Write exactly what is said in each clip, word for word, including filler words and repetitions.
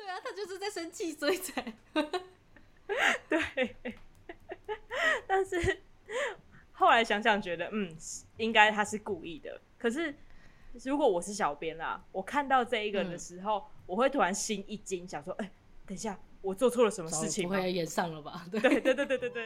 对啊，他就是在生气，所以才对。但是后来想想觉得，嗯，应该他是故意的。可是如果我是小编啦，我看到这一个的时候，嗯、我会突然心一惊，想说，哎、欸，等一下，我做错了什么事情吗？ 不会演上了吧？对对对对对对对。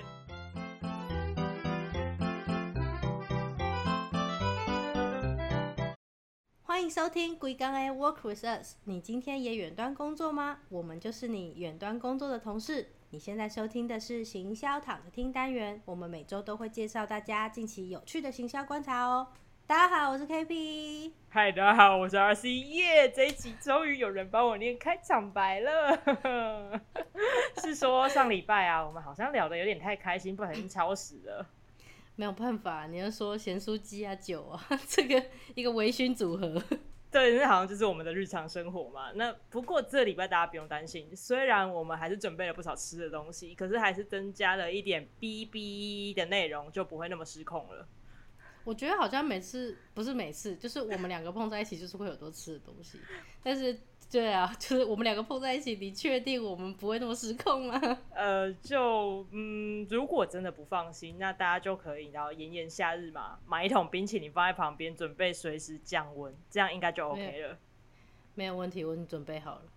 欢迎收听龟缸 A Work with Us。你今天也远端工作吗？我们就是你远端工作的同事。你现在收听的是行销躺着听单元，我们每周都会介绍大家近期有趣的行销观察哦。大家好，我是 K P。 嗨，大家好，我是 R C。耶，这一集终于有人帮我念开场白了。是说上礼拜啊，我们好像聊得有点太开心，不小心超时了。 没有办法，你要说咸酥鸡啊、酒啊，这个一个微醺组合。 对，那好像就是我们的日常生活嘛。那不过这礼拜大家不用担心，虽然我们还是准备了不少吃的东西，可是还是增加了一点 B B 的内容，就不会那么失控了。 我觉得好像每次不是每次，就是我们两个碰在一起，就是会有多吃的东西。但是，对啊，就是我们两个碰在一起，你确定我们不会那么失控吗？ 呃，就嗯，如果真的不放心，那大家就可以，然后炎炎夏日嘛，买一桶冰淇淋放在旁边，准备随时降温，这样应该就 OK 了。 没有问题，我已经准备好了。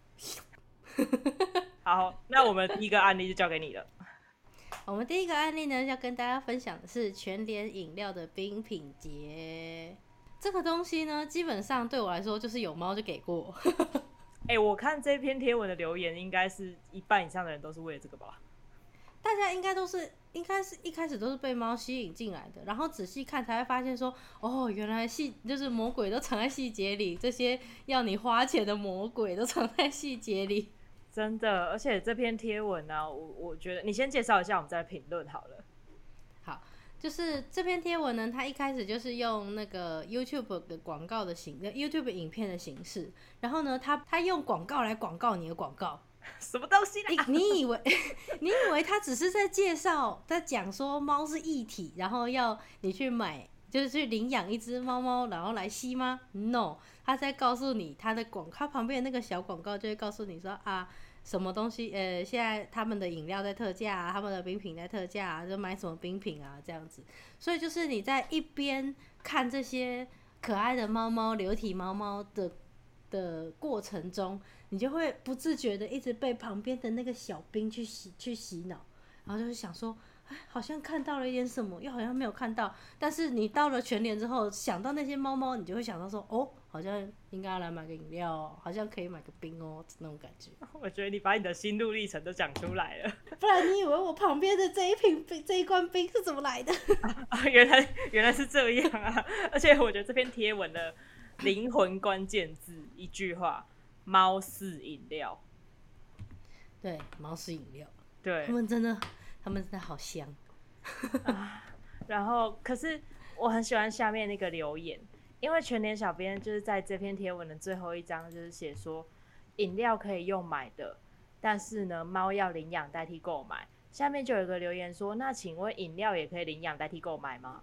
好，那我们第一个案例就交给你了。 我们第一个案例呢，要跟大家分享的是全联饮料的冰品节。这个东西呢，基本上对我来说就是有猫就给过。 哎、欸，我看这篇贴文的留言，应该是一半以上的人都是为了这个吧？ 大家应该都是，应该是一开始都是被猫吸引进来的，然后仔细看才会发现说，哦，原来细就是魔鬼都藏在细节里，这些要你花钱的魔鬼都藏在细节里。 真的，而且这篇贴文呢、啊，我我觉得你先介绍一下，我们再评论好了。 好，就是这篇贴文呢，它一开始就是用那个 YouTube 的广告的形 ，YouTube 影片的形式，然后呢，它它用广告来广告你的广告。 什么东西啦？ 你你以为你以为他只是在介绍，在讲说猫是一体，然后要你去买，就是去领养一只猫猫，然后来吸吗 ？No， 他在告诉你他的广，他旁边的那个小广告就会告诉你说啊，什么东西，呃，现在他们的饮料在特价啊，他们的冰品在特价啊，就买什么冰品啊这样子。所以就是你在一边看这些可爱的猫猫、流体猫猫的的过程中，你就会不自觉的一直被旁边的那个小兵去洗去洗脑，然后就是想说，哎，好像看到了一点什么，又好像没有看到。但是你到了全联之后，想到那些猫猫，你就会想到说，哦，好像应该要来买个饮料哦，好像可以买个冰哦，那种感觉。 我觉得你把你的心路历程都讲出来了， 不然你以为我旁边的这一瓶冰、这一罐冰是怎么来的？ 啊，原来原来是这样啊！而且我觉得这篇贴文的灵魂关键字一句话。猫式饮料， 对，猫式饮料， 对， 他们真的，他们真的好香。 啊、然后，可是我很喜欢下面那个留言，因为全联小编就是在这篇贴文的最后一章，就是写说饮料可以用买的，但是呢，猫要领养代替购买。下面就有一个留言说，那请问饮料也可以领养代替购买吗？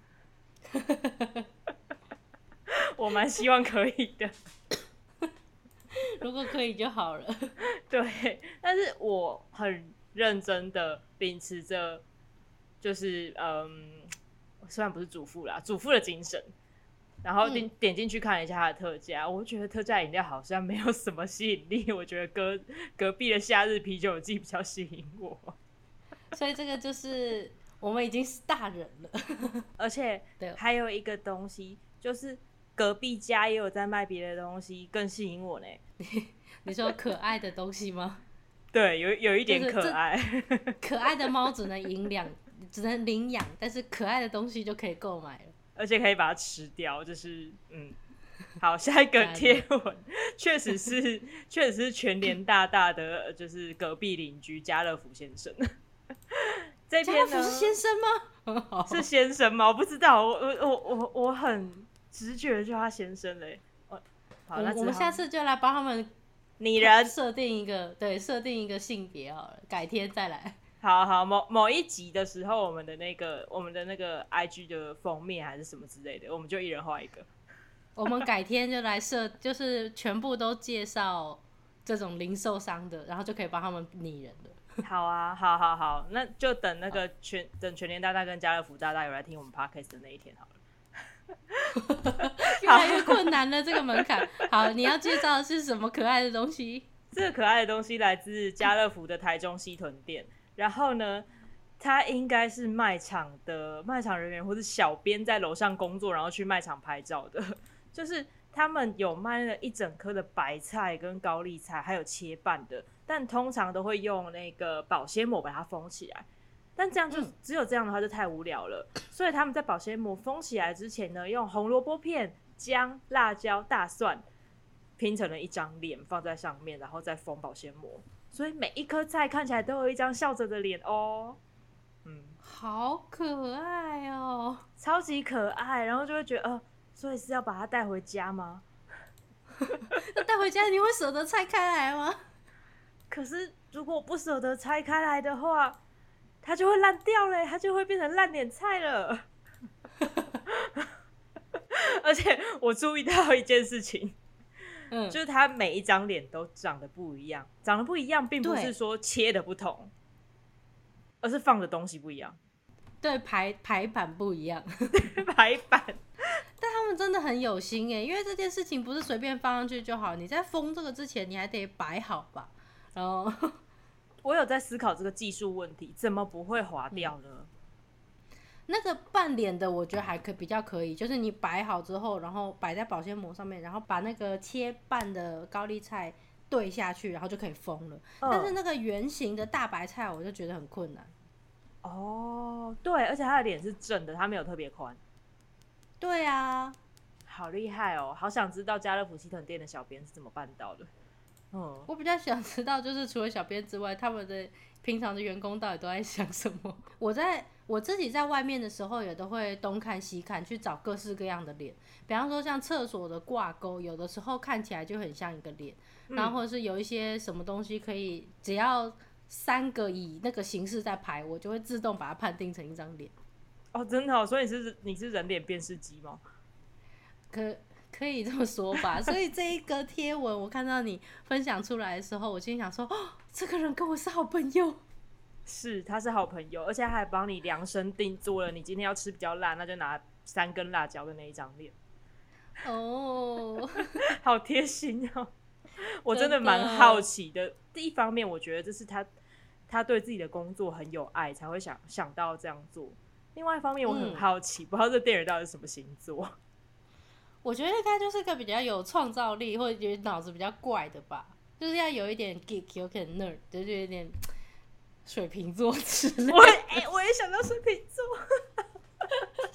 我蛮希望可以的。 如果可以就好了。 对，但是我很认真的秉持着，就是嗯，虽然不是主妇啦，主妇的精神，然后点、嗯、点进去看了一下它的特价，我觉得特价饮料好像没有什么吸引力，我觉得隔隔壁的夏日啤酒季比较吸引我。 所以这个就是我们已经是大人了， 而且还有一个东西就是。隔壁家也有在卖别的东西，更吸引我呢。 你说可爱的东西吗？ 对，有有一点可爱。 可爱的猫只能领养，只能领养，但是可爱的东西就可以购买了， 而且可以把它吃掉。就是嗯，好，下一个贴文确实是确实是全联大大的，就是隔壁邻居家乐福先生。这篇呢家乐福是先生吗？ 是先生吗？我不知道，我我我我很。直觉就他先生嘞、欸，好，那我们下次就来帮他们拟人设定一个，对，设定一个性别好了，改天再来。 好好，某某一集的时候，我们的那个我们的那个 I G 的封面还是什么之类的，我们就一人画一个。 我们改天就来设，就是全部都介绍这种零售商的，然后就可以帮他们拟人了。 好啊，好好好，那就等那个全等全联大大跟家乐福大大有来听我们 podcast 的那一天好了。 越来越困难了，这个门槛。好，你要介绍的是什么可爱的东西？ 这个可爱的东西来自家乐福的台中西屯店，然后呢，它应该是卖场的卖场人员或是小编在楼上工作，然后去卖场拍照的。就是他们有卖了一整颗的白菜跟高丽菜，还有切半的，但通常都会用那个保鲜膜把它封起来。但这样就、嗯、只有这样的话就太无聊了，所以他们在保鲜膜封起来之前呢，用红萝卜片、姜、辣椒、大蒜拼成了一张脸放在上面，然后再封保鲜膜，所以每一颗菜看起来都有一张笑着的脸哦。嗯， 好可爱哦， 超级可爱，然后就会觉得呃，所以是要把它带回家吗？ 那带回家你会舍得拆开来吗？ 可是如果不舍得拆开来的话，它就会烂掉了，它就会变成烂脸菜了。而且我注意到一件事情，嗯，就是它每一张脸都长得不一样，长得不一样并不是说切的不同，而是放的东西不一样。 对，排排版不一样， 排版。 但他们真的很有心耶，因为这件事情不是随便放上去就好，你在封这个之前，你还得摆好吧，然后。 我有在思考这个技术问题，怎么不会滑掉呢？嗯、 那个半脸的我觉得还可比较可以，就是你摆好之后，然后摆在保鲜膜上面，然后把那个切半的高丽菜对下去，然后就可以封了。嗯、但是那个圆形的大白菜，我就觉得很困难。 哦，对，而且他的脸是正的，他没有特别宽。 对啊， 好厉害哦！好想知道家乐福西屯店的小编是怎么办到的。 嗯，我比较想知道，就是除了小编之外，他们的平常的员工到底都在想什么？我在我自己在外面的时候，也都会东看西看，去找各式各样的脸。比方说，像厕所的挂钩，有的时候看起来就很像一个脸，嗯、然后或者是有一些什么东西可以，只要三个以那个形式在排，我就会自动把它判定成一张脸。 哦，真的、哦，所以你是你是人脸辨识机吗？ 可。可以这么说吧，所以这一个贴文我看到你分享出来的时候，我心想说，哦，这个人跟我是好朋友。 是，他是好朋友，而且他还帮你量身定做了，你今天要吃比较辣，那就拿三根辣椒的那一张脸。 哦， 好贴心哦！我真的蛮好奇的。第一方面，我觉得这是他他对自己的工作很有爱，才会想想到这样做。另外一方面，我很好奇，嗯、不知道这店员到底是什么星座。 我觉得应该就是个比较有创造力，或者觉得脑子比较怪的吧，就是要有一点 geek， 有点 nerd， 就是有点水瓶座之类的。 我哎、欸，我也想到水瓶座，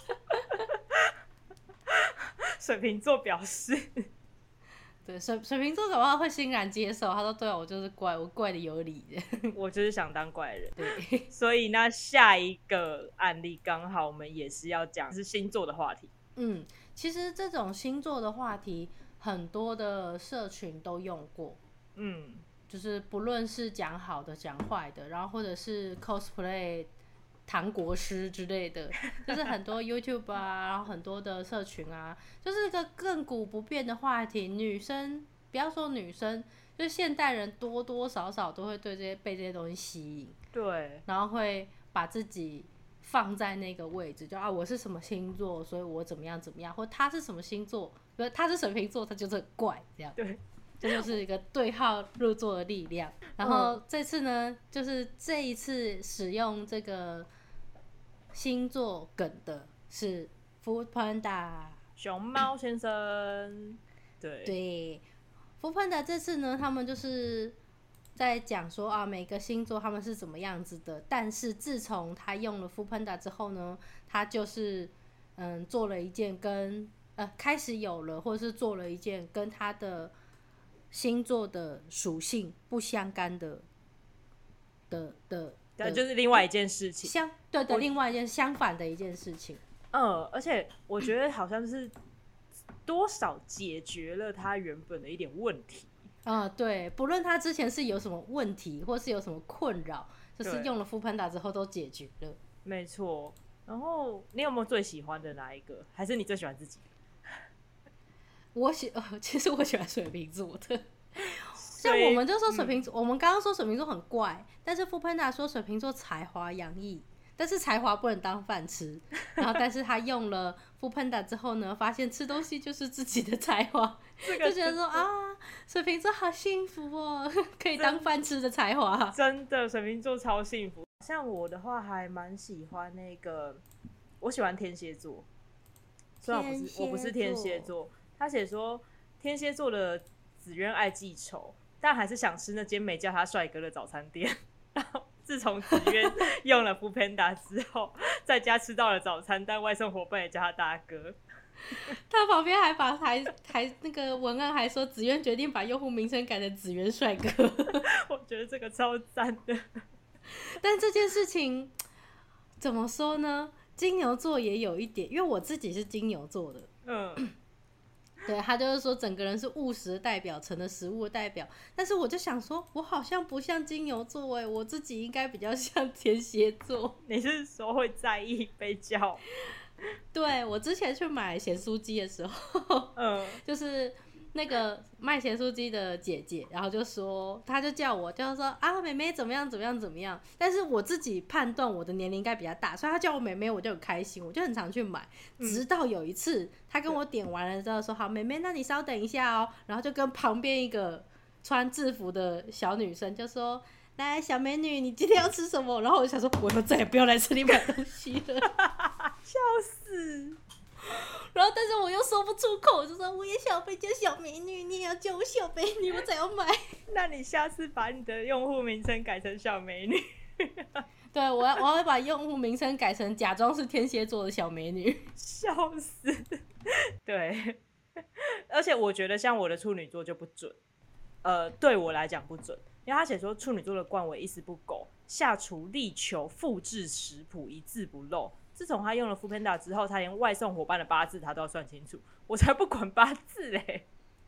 水瓶座表示， 对水水瓶座的话会欣然接受，他说：“对啊，我就是怪，我怪的有理的， 我就是想当怪人。” 对， 所以那下一个案例刚好我们也是要讲是星座的话题。 嗯。其实这种星座的话题，很多的社群都用过，嗯，就是不论是讲好的、讲坏的，然后或者是 cosplay 唐国师之类的，就是很多 YouTube 啊，然后很多的社群啊，就是一个亘古不变的话题。女生不要说女生，就是现代人多多少少都会对这些被这些东西吸引， 对， 然后会把自己放在那个位置，就啊，我是什么星座，所以我怎么样怎么样，或他是什么星座，比如他是水瓶座，他就是很怪，这样， 对， 这就是一个对号入座的力量。然后这次呢，就是这一次使用这个星座梗的是 Food Panda 熊猫先生，对对 ，Food Panda 这次呢，他们就是在讲说啊，每个星座他们是怎么样子的，但是自从他用了 Foodpanda 之后呢，他就是嗯做了一件跟呃开始有了，或者是做了一件跟他的星座的属性不相干的的的， 对，就是另外一件事情， 相对的另外一件相反的一件事情。 嗯，而且我觉得好像是多少解决了他原本的一点问题。 啊、嗯，对，不论他之前是有什么问题，或是有什么困扰，就是用了 Foodpanda 之后都解决了。 没错。然后你有没有最喜欢的哪一个？还是你最喜欢自己？ 我喜，呃，其实我喜欢水瓶座的。 像我们就说水瓶座、嗯，我们刚刚说水瓶座很怪，但是 foodpanda 说水瓶座才华洋溢，但是才华不能当饭吃。然后，但是他用了 foodpanda 之后呢，发现吃东西就是自己的才华，就觉得说啊，水瓶座好幸福哦，可以当饭吃的才华。 真的，水瓶座超幸福。像我的话，还蛮喜欢那个，我喜欢天蝎座。虽然我不是我不是天蝎座，他写说天蝎座的子渊爱记仇，但还是想吃那间没叫他帅哥的早餐店。然后自从子渊用了 foodpanda 之后，在家吃到了早餐，但外送伙伴也叫他大哥。 他旁边还把还还那个文案还说子渊决定把用户名称改成子渊帅哥。 我觉得这个超赞的。 但这件事情怎么说呢？金牛座也有一点，因为我自己是金牛座的， 嗯， 对，他就是说整个人是务实的代表，成了实务的代表。但是我就想说，我好像不像金牛座哎，我自己应该比较像天蝎座。 你是说会在意被叫？ 对，我之前去买咸酥鸡的时候，嗯，就是那个卖咸酥鸡的姐姐，然后就说，她就叫我，就说啊，妹妹怎么样怎么样怎么样。但是我自己判断我的年龄应该比较大，所以她叫我妹妹，我就很开心，我就很常去买。直到有一次，她跟我点完了之后说，好，妹妹，那你稍等一下哦。然后就跟旁边一个穿制服的小女生就说，来，小美女，你今天要吃什么？然后我就想说，我以后再也不要来这里买东西了。 笑死！ 然后，但是我又说不出口，就说我也想被叫小美女，你也要叫我小美女，我才要买。 那你下次把你的用户名称改成小美女。 对，我要我要把用户名称改成假装是天蝎座的小美女。 笑死！对，而且我觉得像我的处女座就不准，呃，对我来讲不准，因为他写说处女座的冠尾一丝不苟，下厨力求复制食谱，一字不漏。自从他用了 foodpanda 之后，他连外送伙伴的八字他都要算清楚，我才不管八字嘞。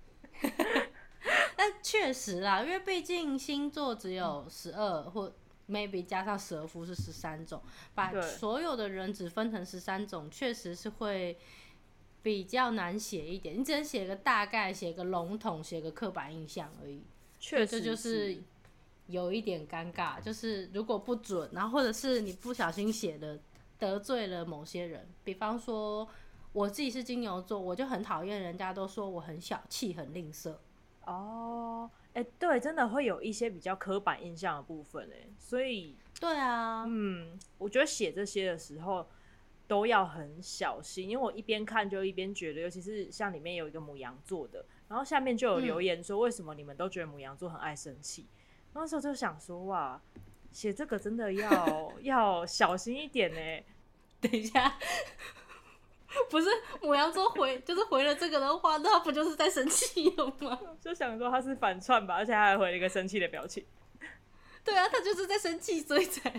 但确实啦，因为毕竟星座只有十二，或 maybe 加上蛇夫是十三种，把所有的人只分成十三种，确实是会比较难写一点。你只能写个大概，写个笼统，写个刻板印象而已。 确实， 这就是有一点尴尬，就是如果不准，然后或者是你不小心写的。得罪了某些人，比方说我自己是金牛座，我就很讨厌人家都说我很小气、很吝啬。 哦，哎、欸，对，真的会有一些比较刻板印象的部分，哎，所以， 对啊， 嗯，我觉得写这些的时候都要很小心，因为我一边看就一边觉得，尤其是像里面有一个牡羊座的，然后下面就有留言说，为什么你们都觉得牡羊座很爱生气？嗯、那时候就想说，哇。写这个真的要要小心一点呢。 等一下，不是牡羊座回就是回了这个的话，那他不就是在生气了吗？ 就想说他是反串吧，而且他还回了一个生气的表情。 对啊，他就是在生气，所以才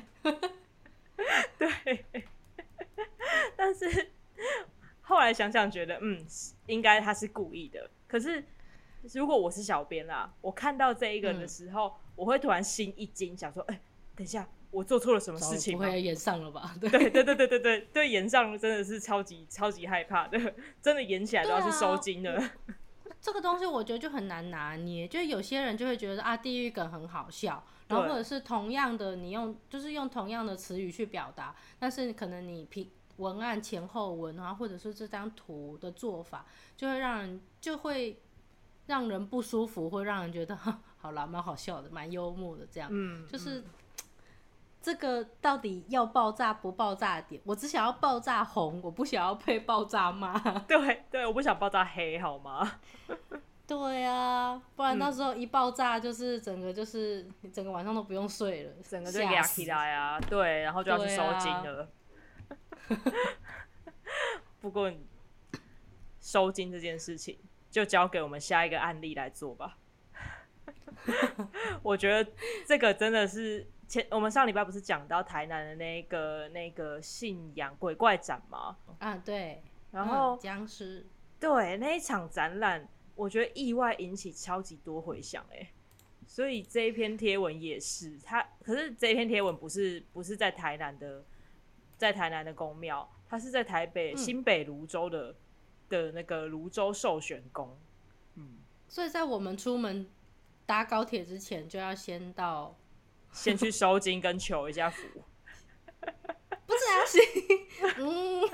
对。但是后来想想觉得，嗯，应该他是故意的。可是如果我是小编啦，我看到这一个的时候，嗯、我会突然心一惊，想说，哎、欸。等一下，我做错了什么事情吗？ 不会演上了吧？对对对对对对对对，演上真的是超级超级害怕的，真的演起来都要去收金了。啊、 这个东西我觉得就很难拿捏，就有些人就会觉得啊，地狱梗很好笑，然后或者是同样的你用就是用同样的词语去表达，但是可能你平文案前后文啊，或者是这张图的做法，就会让人就会让人不舒服，会让人觉得好啦，蛮好笑的，蛮幽默的这样，嗯，就是。嗯这个到底要爆炸不爆炸的点？我只想要爆炸红，我不想要被爆炸骂。 对对，我不想爆炸黑，好吗？ 对啊，不然到时候一爆炸，就是整个就是整个晚上都不用睡了， 整个就压起来啊。对，然后就要去收金了。啊、不过收金这件事情，就交给我们下一个案例来做吧。我觉得这个真的是。前我们上礼拜不是讲到台南的那个那个信仰鬼怪展吗？ 啊，对， 然后、 嗯、僵尸， 对那一场展览，我觉得意外引起超级多回响哎，所以这一篇贴文也是它，可是这一篇贴文不是不是在台南的，在台南的宫庙，它是在台北、嗯、新北蘆洲的的那个蘆洲寿玄宫， 嗯，所以在我们出门搭高铁之前就要先到， 先去收金跟求一下福。 不是啊，是嗯，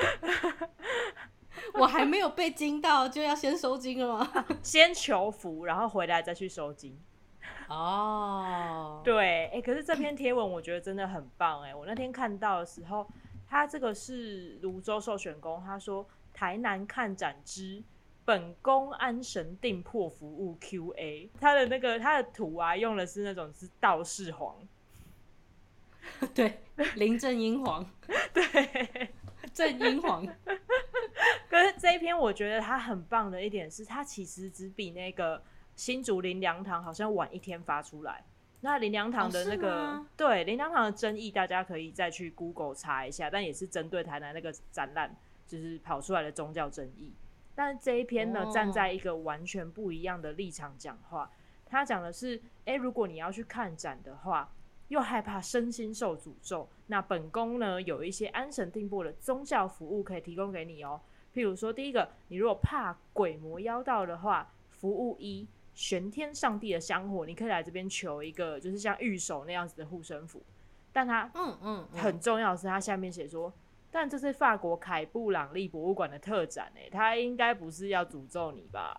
我还没有被惊到，就要先收金了吗？ 先求福，然后回来再去收金。 哦， 对，哎、欸，可是这篇贴文我觉得真的很棒哎、欸！我那天看到的时候，他这个是泸州寿选宫，他说台南看展之本宫安神定破服务 Q A， 他的那个他的图啊，用的是那种是道士黄， 对，林正英黄， 对， 正英黄。 可是这一篇我觉得他很棒的一点是，他其实只比那个新竹林良堂好像晚一天发出来。那林良堂的那个、 哦、 对林良堂的争议，大家可以再去 Google 查一下，但也是针对台南那个展览就是跑出来的宗教争议。但是这一篇呢，站在一个完全不一样的立场讲话，他讲的是，哎，如果你要去看展的话，又害怕身心受诅咒，那本宫呢有一些安神定魄的宗教服务可以提供给你哦。譬如说，第一个，你如果怕鬼魔妖道的话，服务一，玄天上帝的香火，你可以来这边求一个，就是像御守那样子的护身符。但他嗯嗯很重要的是，他下面写说，但这是法国凯布朗利博物馆的特展诶，他应该不是要诅咒你吧？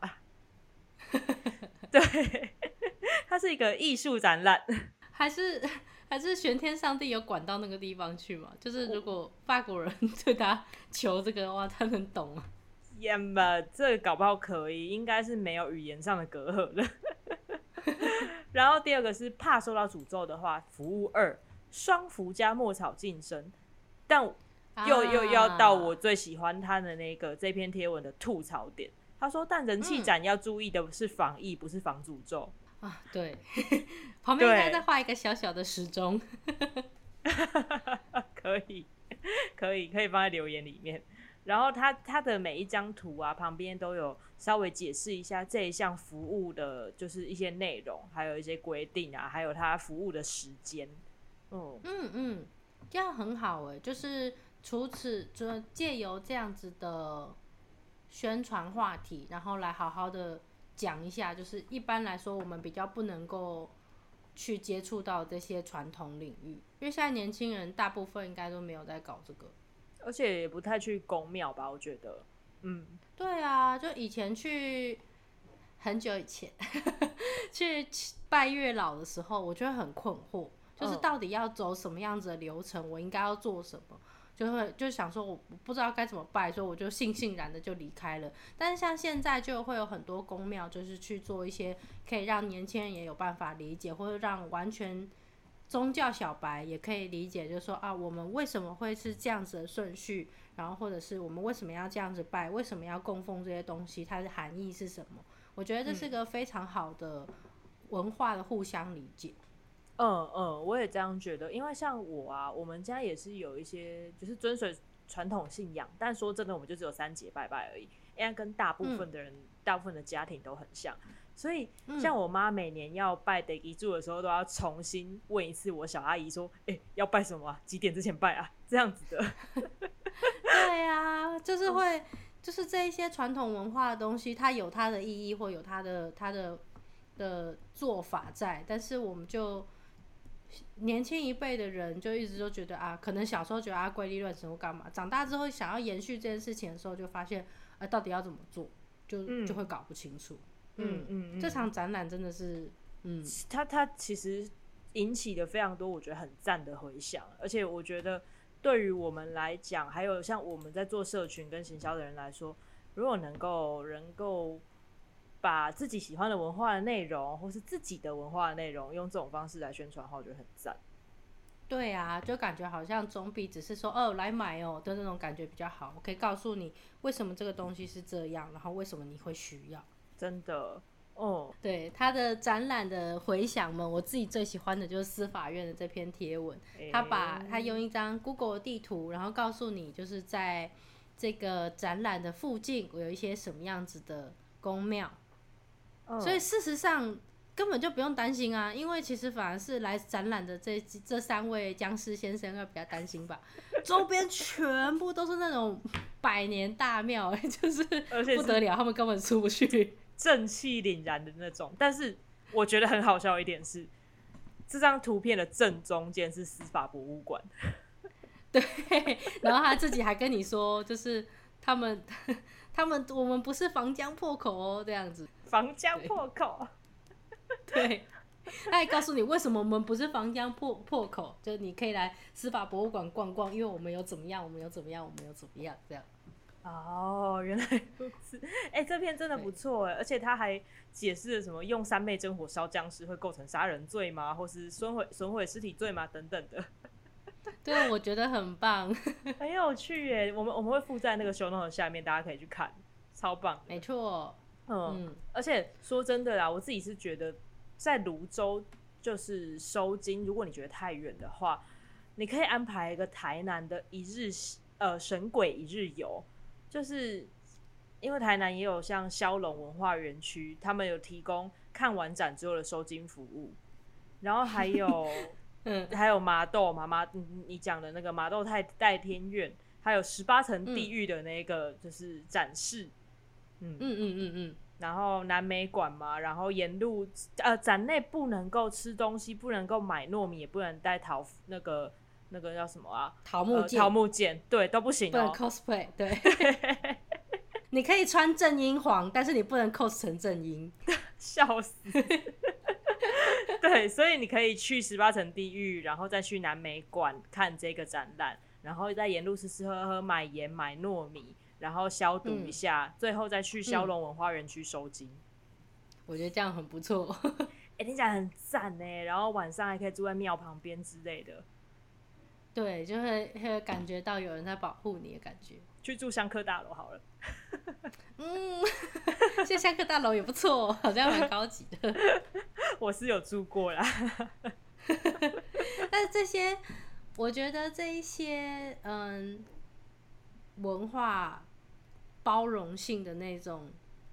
对，它是一个艺术展览， 还是还是玄天上帝有管到那个地方去吗？就是如果法国人对他求这个的话，他能懂吗？ 也嘛，这个搞不好可以，应该是没有语言上的隔阂的。然后第二个是怕受到诅咒的话，服务二，双福加墨草净身，但又、啊、又要到我最喜欢他的那个这篇贴文的吐槽点。他说，但人气展要注意的是防疫，嗯、不是防诅咒啊。对，旁边应该再画一个小小的时钟。 可以，可以，可以放在留言里面。然后他他的每一张图啊，旁边都有稍微解释一下这一项服务的，就是一些内容，还有一些规定啊，还有他服务的时间。嗯嗯嗯，这样很好哎，就是除此就借由这样子的宣传话题，然后来好好的讲一下，就是一般来说我们比较不能够去接触到这些传统领域，因为现在年轻人大部分应该都没有在搞这个。 而且也不太去宫庙吧，我觉得，嗯， 对啊，就以前去很久以前去拜月老的时候，我就会很困惑，就是到底要走什么样子的流程，我应该要做什么，就会就想说我不知道该怎么拜，所以我就悻悻然的就离开了。但是像现在就会有很多宫庙，就是去做一些可以让年轻人也有办法理解，或者让完全宗教小白也可以理解，就是说啊，我们为什么会是这样子的顺序，然后或者是我们为什么要这样子拜，为什么要供奉这些东西，它的含义是什么？我觉得这是个非常好的文化的互相理解。 嗯嗯，我也这样觉得，因为像我啊，我们家也是有一些就是遵循传统信仰，但说真的，我们就只有三节拜拜而已，因为跟大部分的人、嗯、大部分的家庭都很像。所以像我妈每年要拜地基主的时候，都要重新问一次我小阿姨说，哎、欸，要拜什么啊？几点之前拜啊？这样子的。 对啊，就是会，就是这一些传统文化的东西，它有它的意义，或有它的它的的做法在，但是我们就年轻一辈的人就一直都觉得啊，可能小时候觉得啊怪力乱神或干嘛，长大之后想要延续这件事情的时候，就发现啊到底要怎么做，就、嗯、就会搞不清楚。嗯嗯，这场展览真的是，嗯， 它它其实引起了非常多我觉得很赞的回响，而且我觉得对于我们来讲，还有像我们在做社群跟行销的人来说，如果能够能够把自己喜欢的文化的内容，或是自己的文化的内容，用这种方式来宣传的话，我觉得很赞。 对啊，就感觉好像总比只是说哦来买哦的那种感觉比较好。我可以告诉你为什么这个东西是这样，然后为什么你会需要。 真的，哦， 对他的展览的回响们，我自己最喜欢的就是司法院的这篇贴文。欸、他把他用一张 Google 的地图，然后告诉你就是在这个展览的附近有一些什么样子的宫庙。哦、所以事实上根本就不用担心啊，因为其实反而是来展览的这这三位僵尸先生要比较担心吧。周边全部都是那种百年大庙，就是不得了，他们根本出不去。 正气凛然的那种，但是我觉得很好笑的一点是，这张图片的正中间是司法博物馆。 对，然后他自己还跟你说，就是他们他们我们不是防江破口哦，这样子。 防江破口。 对，他还告诉你为什么我们不是防江破破口，就你可以来司法博物馆逛逛，因为我们有怎么样，我们有怎么样，我们有怎么样，这样。 哦，原来如此。哎、欸，这篇真的不错哎，而且他还解释了什么用三昧真火烧僵尸会构成杀人罪吗，或是损毁损毁尸体罪吗等等的。 对，我觉得很棒， 很有趣耶。我们我们会附在那个 show note 下面，大家可以去看，超棒。 没错， 嗯，嗯，而且说真的啦，我自己是觉得在泸州就是收金，如果你觉得太远的话，你可以安排一个台南的一日呃神鬼一日游。就是因为台南也有像骁龙文化园区，他们有提供看完展之后的收金服务，然后还有嗯，还有麻豆嘛，麻你讲的那个麻豆太代天院，还有十八层地狱的那个就是展示，嗯嗯嗯嗯嗯，然后南美馆嘛，然后沿路呃展内不能够吃东西，不能够买糯米，也不能带桃那个。那个叫什么啊？ 桃木剑、 呃，桃木剑，对，都不行哦。 不能 cosplay， 对。你可以穿正英黄，但是你不能 cos 成正英。 笑死。对，所以你可以去十八层地狱，然后再去南美馆看这个展览，然后再沿路吃吃喝喝，买盐、买糯米，然后消毒一下，嗯、最后再去骁龙文化园区收金。嗯、 我觉得这样很不错。 哎、欸，听起来很赞呢。然后晚上还可以住在庙旁边之类的。 对，就会会感觉到有人在保护你的感觉。 去住香客大楼好了。 嗯，现在香客大楼也不错，好像蛮高级的。 我是有住过啦。 但是这些，我觉得这一些嗯文化包容性的那种，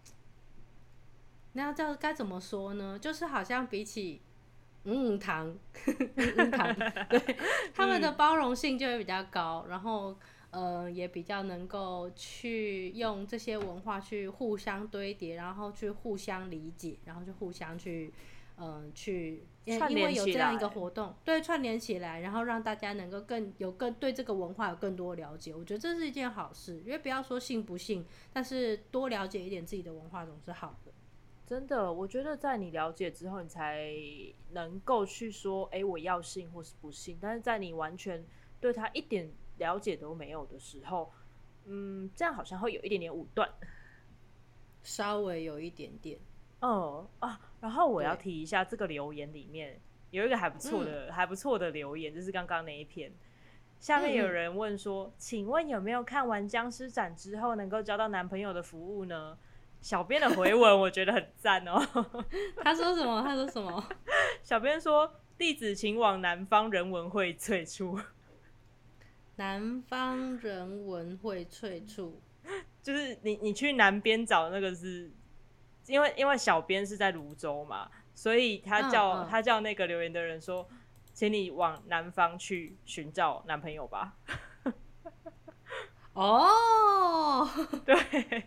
那叫该怎么说呢？就是好像比起。嗯糖，嗯糖，对，他们的包容性就会比较高，然后呃也比较能够去用这些文化去互相堆叠，然后去互相理解，然后就互相去嗯、呃、去，因为有这样一个活动，对，串联起来，然后让大家能够更有更对这个文化有更多了解，我觉得这是一件好事，因为不要说信不信，但是多了解一点自己的文化总是好的。 真的，我觉得在你了解之后，你才能够去说，哎、欸，我要信或是不信。但是在你完全对他一点了解都没有的时候，嗯，这样好像会有一点点武断， 稍微有一点点。 嗯啊，然后我要提一下，这个留言里面有一个还不错的、嗯、还不错的留言，就是刚刚那一篇。下面有人问说，嗯、请问有没有看完僵尸展之后能够交到男朋友的服务呢？小编的回文我觉得很赞哦。 他说什么？他说什么？ 小编说：“弟子请往南方人文荟萃处。” 南方人文荟萃处， 就是你你去南边找那个是，因为因为小编是在泸州嘛，所以他叫、嗯嗯、他叫那个留言的人说：“请你往南方去寻找男朋友吧。” 哦， 对。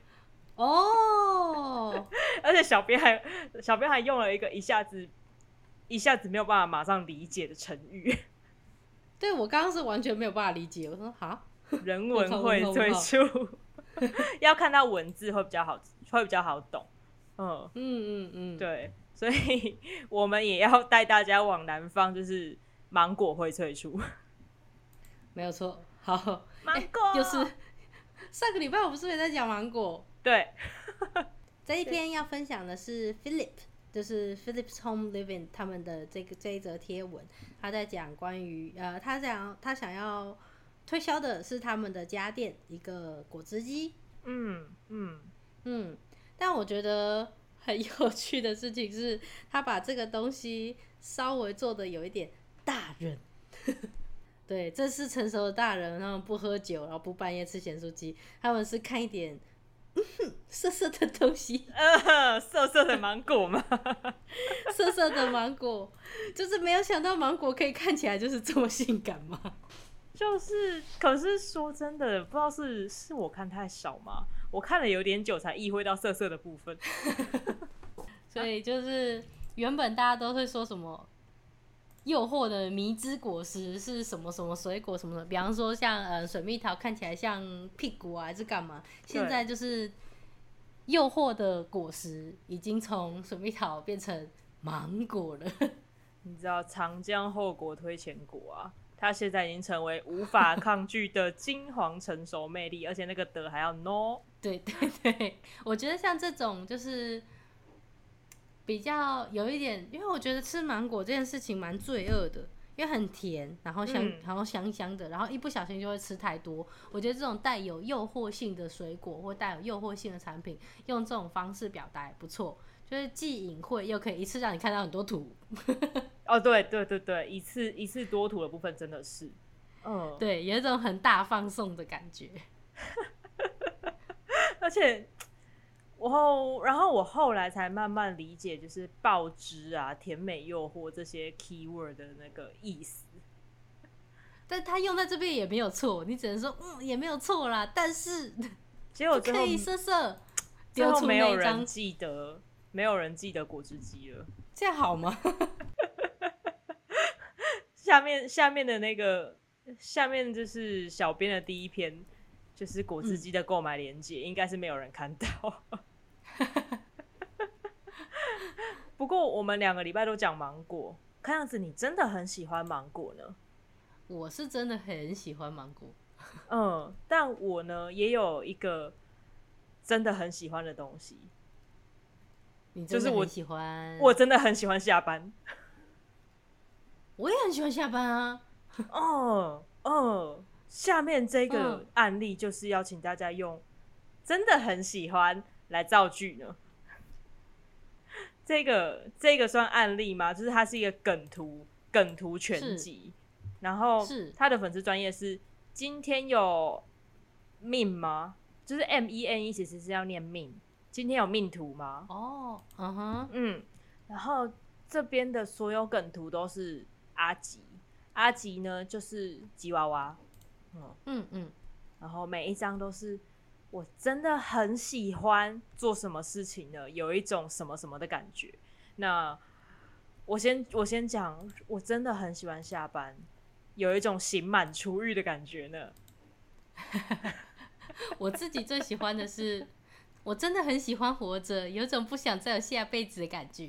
哦， 而且小编还小编还用了一个一下子一下子没有办法马上理解的成语。 对，我刚刚是完全没有办法理解，我说哈， 人文荟萃处，要看到文字会比较好，会比较好懂。嗯嗯嗯嗯，对，所以我们也要带大家往南方，就是芒果荟萃处。 没有错，好， 芒果、 欸、就是上个礼拜我不是也在讲芒果。 对， 这一篇要分享的是 Philip， 就是 Philip's Home Living 他们的这个这一则贴文，他在讲关于呃，他想他想要推销的是他们的家电一个果汁机，嗯嗯嗯，但我觉得很有趣的事情是，他把这个东西稍微做的有一点大人。对，这是成熟的大人，他们不喝酒，然后不半夜吃咸酥鸡，他们是看一点。色色的东西， 呃，色色的芒果吗？ 色色的芒果，就是没有想到芒果可以看起来就是这么性感吗？ 就是，可是说真的，不知道是是我看太少吗？我看了有点久才意会到色色的部分。 所以就是原本大家都会说什么诱惑的迷之果实是什么什么水果什么的，比方说像呃水蜜桃看起来像屁股啊还是干嘛，现在就是诱惑的果实已经从水蜜桃变成芒果了。 你知道长江后果推前果啊，它现在已经成为无法抗拒的金黄成熟魅力，而且那个的还要 no。 对对对，我觉得像这种就是比较有一点，因为我觉得吃芒果这件事情蛮罪恶的，因为很甜，然后香、嗯，然后香香的，然后一不小心就会吃太多。我觉得这种带有诱惑性的水果或带有诱惑性的产品，用这种方式表达也不错，就是既隐晦又可以一次让你看到很多图。 哦，对对对对，一次一次多图的部分真的是，嗯， 对，有一种很大放送的感觉。 而且。我后，然后我后来才慢慢理解，就是爆汁啊、甜美诱惑这些 keyword 的那个意思。 但他用在这边也没有错，你只能说嗯也没有错啦。但是结果最后可以色色， 最后没有人记得，没有人记得果汁机了。 这样好吗？ 下面下面的那个下面就是小编的第一篇，就是果汁机的购买连结、嗯，应该是没有人看到。不过我们两个礼拜都讲芒果，看样子你真的很喜欢芒果呢。 我是真的很喜欢芒果， 嗯，但我呢也有一个真的很喜欢的东西。 你真的很喜欢？ 就是、我, 我真的很喜欢下班。 我也很喜欢下班啊。 哦哦，下面这个案例就是要请大家用真的很喜欢来造句呢。这个这个算案例吗？就是它是一个梗图梗图全集，然后他的粉丝专页是今天有命吗？就是 M E N E 其实是要念命，今天有命图吗？ 哦，嗯哼， 嗯，然后这边的所有梗图都是阿吉，阿吉呢就是吉娃娃，嗯嗯嗯， 然后每一张都是我真的很喜欢做什么事情呢，有一种什么什么的感觉。那我先我先讲，我真的很喜欢下班，有一种刑满出狱的感觉呢。 我自己最喜欢的是，我真的很喜欢活着，有种不想再有下辈子的感觉。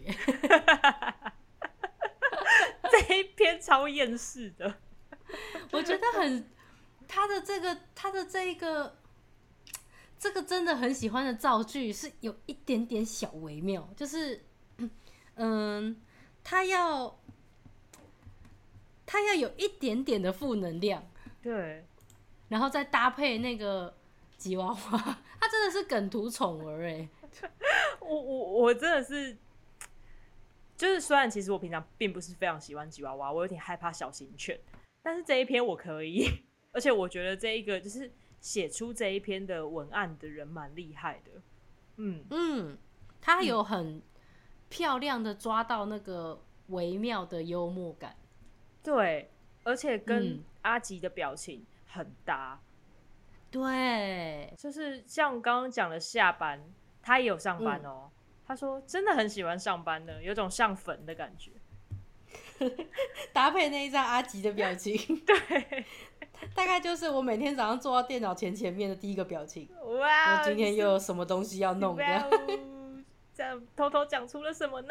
这一篇超厌世的， 我觉得很他的这个他的这一个这个真的很喜欢的造句是有一点点小微妙，就是嗯，他要他要有一点点的负能量， 对， 然后再搭配那个吉娃娃，他真的是梗图宠儿哎。 我我我真的是。就是虽然其实我平常并不是非常喜欢吉娃娃，我有点害怕小型犬，但是这一篇我可以，而且我觉得这一个就是写出这一篇的文案的人蛮厉害的。嗯嗯，他有很漂亮的抓到那个微妙的幽默感， 对，而且跟阿吉的表情很搭。 对， 就是像刚刚讲的下班，他也有上班哦。嗯，他说真的很喜欢上班的，有种上坟的感觉。 搭配那一张阿吉的表情， 对， 大概就是我每天早上坐到电脑前前面的第一个表情。 哇， 我今天又有什么东西要弄的？ 这样偷偷讲出了什么呢？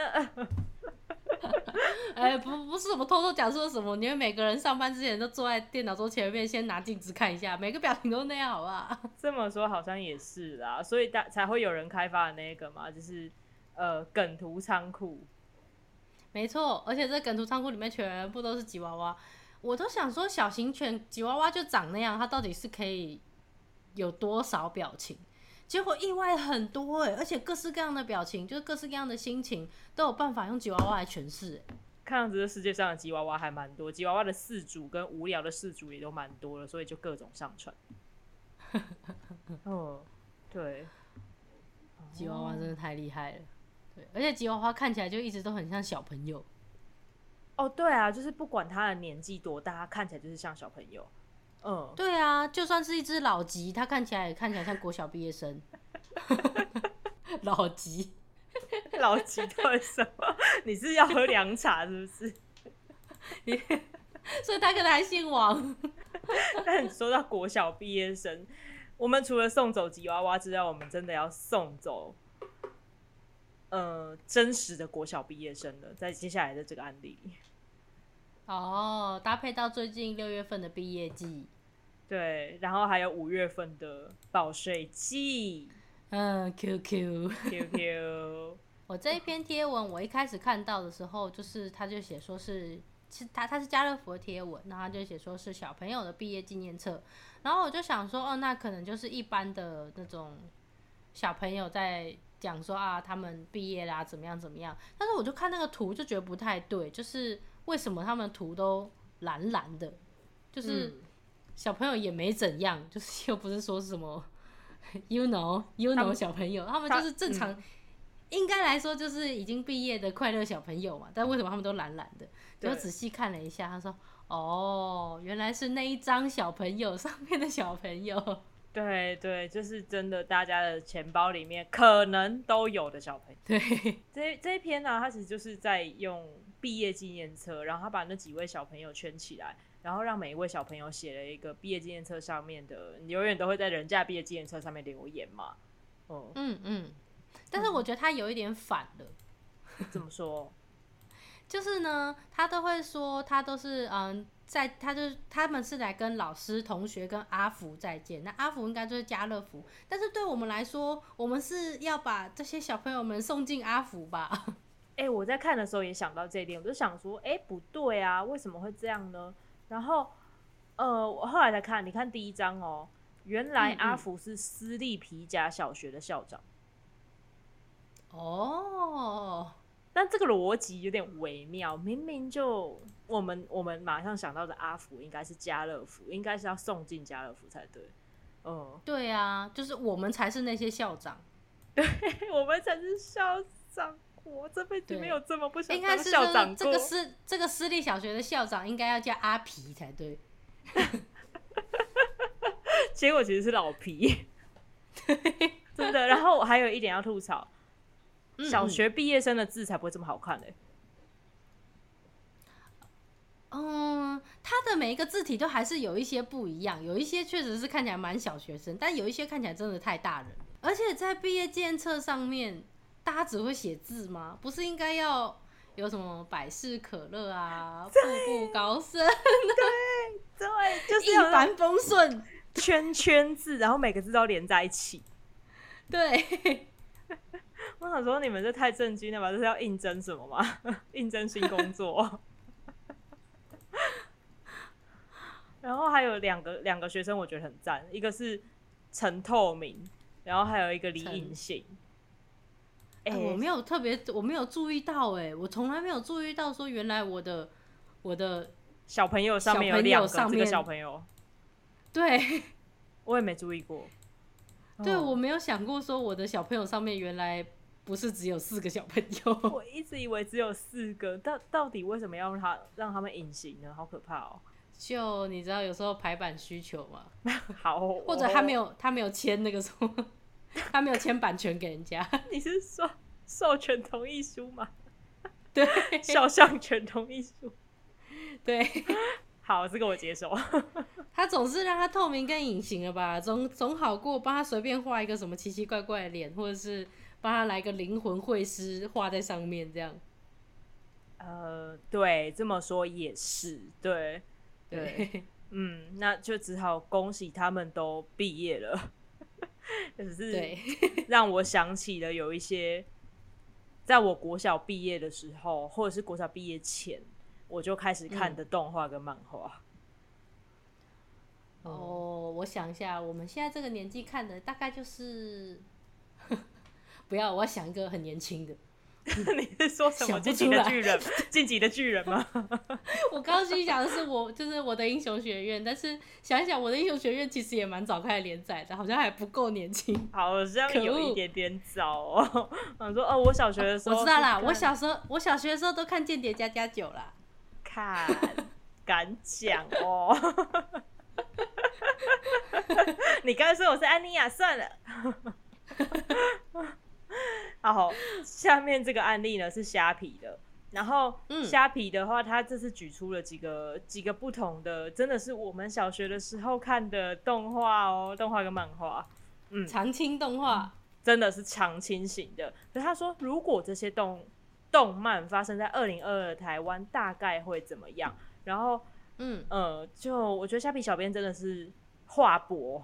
哎、欸，不不是什么偷偷讲出了什么，你们每个人上班之前都坐在电脑桌前面，先拿镜子看一下，每个表情都那样，好不好？ 这么说好像也是啦，所以大才会有人开发的那个嘛，就是呃梗图仓库。 没错，而且这梗图仓库里面全部都是吉娃娃，我都想说小型犬吉娃娃就长那样，它到底是可以有多少表情？结果意外很多哎、欸，而且各式各样的表情，就是各式各样的心情，都有办法用吉娃娃来诠释哎。 看样子这世界上的吉娃娃还蛮多，吉娃娃的饲主跟无聊的饲主也都蛮多了，所以就各种上传。哦，对， 吉娃娃真的太厉害了，对，而且吉娃娃看起来就一直都很像小朋友。 哦，对啊，就是不管他的年纪多大，他看起来就是像小朋友。嗯， 对啊，就算是一只老吉，他看起来也看起来像国小毕业生。老吉， 老吉到底什么？你是要喝凉茶是不是？ 所以他可能还姓王。 但说到国小毕业生，我们除了送走吉娃娃之外，我们真的要送走呃真实的国小毕业生了，在接下来的这个案例里。 哦，搭配到最近六月份的毕业季。 对，然后还有五月份的报税季。 嗯 ，Q Q Q Q。 我这一篇贴文，我一开始看到的时候，就是他就写说是，是他他是家乐福的贴文，然后他就写说是小朋友的毕业纪念册，然后我就想说，哦，那可能就是一般的那种小朋友在讲说啊，他们毕业啦，怎么样怎么样。但是我就看那个图，就觉得不太对，就是为什么他们图都蓝蓝的，就是小朋友也没怎样，就是又不是说什么 you know you know 小朋友，他们就是正常。嗯，应该来说就是已经毕业的快乐小朋友嘛，但为什么他们都蓝蓝的？就仔细看了一下，他说：“哦，原来是那一张小朋友上面的小朋友。” 对对，就是真的，大家的钱包里面可能都有的小朋友。 对， 这这一篇呢、啊，他其实就是在用毕业纪念册，然后他把那几位小朋友圈起来，然后让每一位小朋友写了一个毕业纪念册上面的，你永远都会在人家毕业纪念册上面留言嘛。嗯嗯嗯。但是我觉得他有一点反了。 怎么说？ 就是呢，他都会说他都是嗯，在他就是他们是来跟老师、同学跟阿福再见。那阿福应该就是家乐福，但是对我们来说，我们是要把这些小朋友们送进阿福吧？ 哎、欸，我在看的时候也想到这一点，我就想说，哎、欸，不对啊，为什么会这样呢？然后，呃，我后来才看，你看第一章哦，原来阿福是私立皮甲小学的校长。 哦， 但这个逻辑有点微妙，明明就我们我们马上想到的阿福应该是家乐福，应该是要送进家乐福才对。嗯， 对啊，就是我们才是那些校长， 对，我们才是校长。我这辈子没有这么不想当校长过。应该是这个私这个私立小学的校长应该要叫阿皮才对。 结果其实是老皮，真的。然后我还有一点要吐槽。小学毕业生的字才不会这么好看嘞、欸。 嗯，他的每一个字体都还是有一些不一样，有一些确实是看起来蛮小学生，但有一些看起来真的太大人。而且在毕业纪念册上面，大家只会写字吗？不是应该要有什么百事可乐啊、步步高升？ 对对，就是一帆风顺， 圈圈字，然后每个字都连在一起。 对。 我想说，你们这太震惊了吧？这是要应征什么吗？应征新工作。然后还有两个两个学生，我觉得很赞，一个是陈透明，然后还有一个李颖信。 哎、欸，我没有特别，我没有注意到、欸，哎，我从来没有注意到说，原来我的我的小朋友上面有两个这个小朋友。 对， 我也没注意过。 对，我没有想过说我的小朋友上面原来不是只有四个小朋友。 我一直以为只有四个，到到底为什么要让他让他们隐形呢？好可怕哦！ 就你知道，有时候排版需求嘛。 好、哦， 或者他没有他没有签那个什么，他没有签版权给人家。 你是说授权同意书吗？ 对， 肖像权同意书。 对。 好，这个我接受。 他总是让他透明跟隐形了吧，总总好过帮他随便画一个什么奇奇怪怪的脸，或者是帮他来个灵魂绘师画在上面这样。 呃，对，这么说也是，对，对，对嗯，那就只好恭喜他们都毕业了。只是让我想起了有一些，在我国小毕业的时候，或者是国小毕业前。我就开始看的动画跟漫画、 嗯。哦，我想一下，我们现在这个年纪看的大概就是，不要，我要想一个很年轻的。 你是说什么？晋级的巨人？晋级的巨人吗？ 我刚刚心想的是我，就是我的英雄学院，但是想一想，我的英雄学院其实也蛮早开始连载的，好像还不够年轻， 好像有一点点早哦。我说哦，我小学的时候、 哦，我知道啦，我小时候我小学的时候都看《间谍加加酒》啦。 看，敢讲哦！你刚才说我是安妮亚，算了。 好，下面这个案例呢是虾皮的，然后虾皮的话，它这次举出了几个几个不同的，真的是我们小学的时候看的动画哦，动画跟漫画， 嗯，长青动画、嗯、 真的是长青型的。可是他说，如果这些动动漫发生在二零二二的台湾，大概会怎么样？然后，嗯呃，就我觉得虾皮小编真的是画博，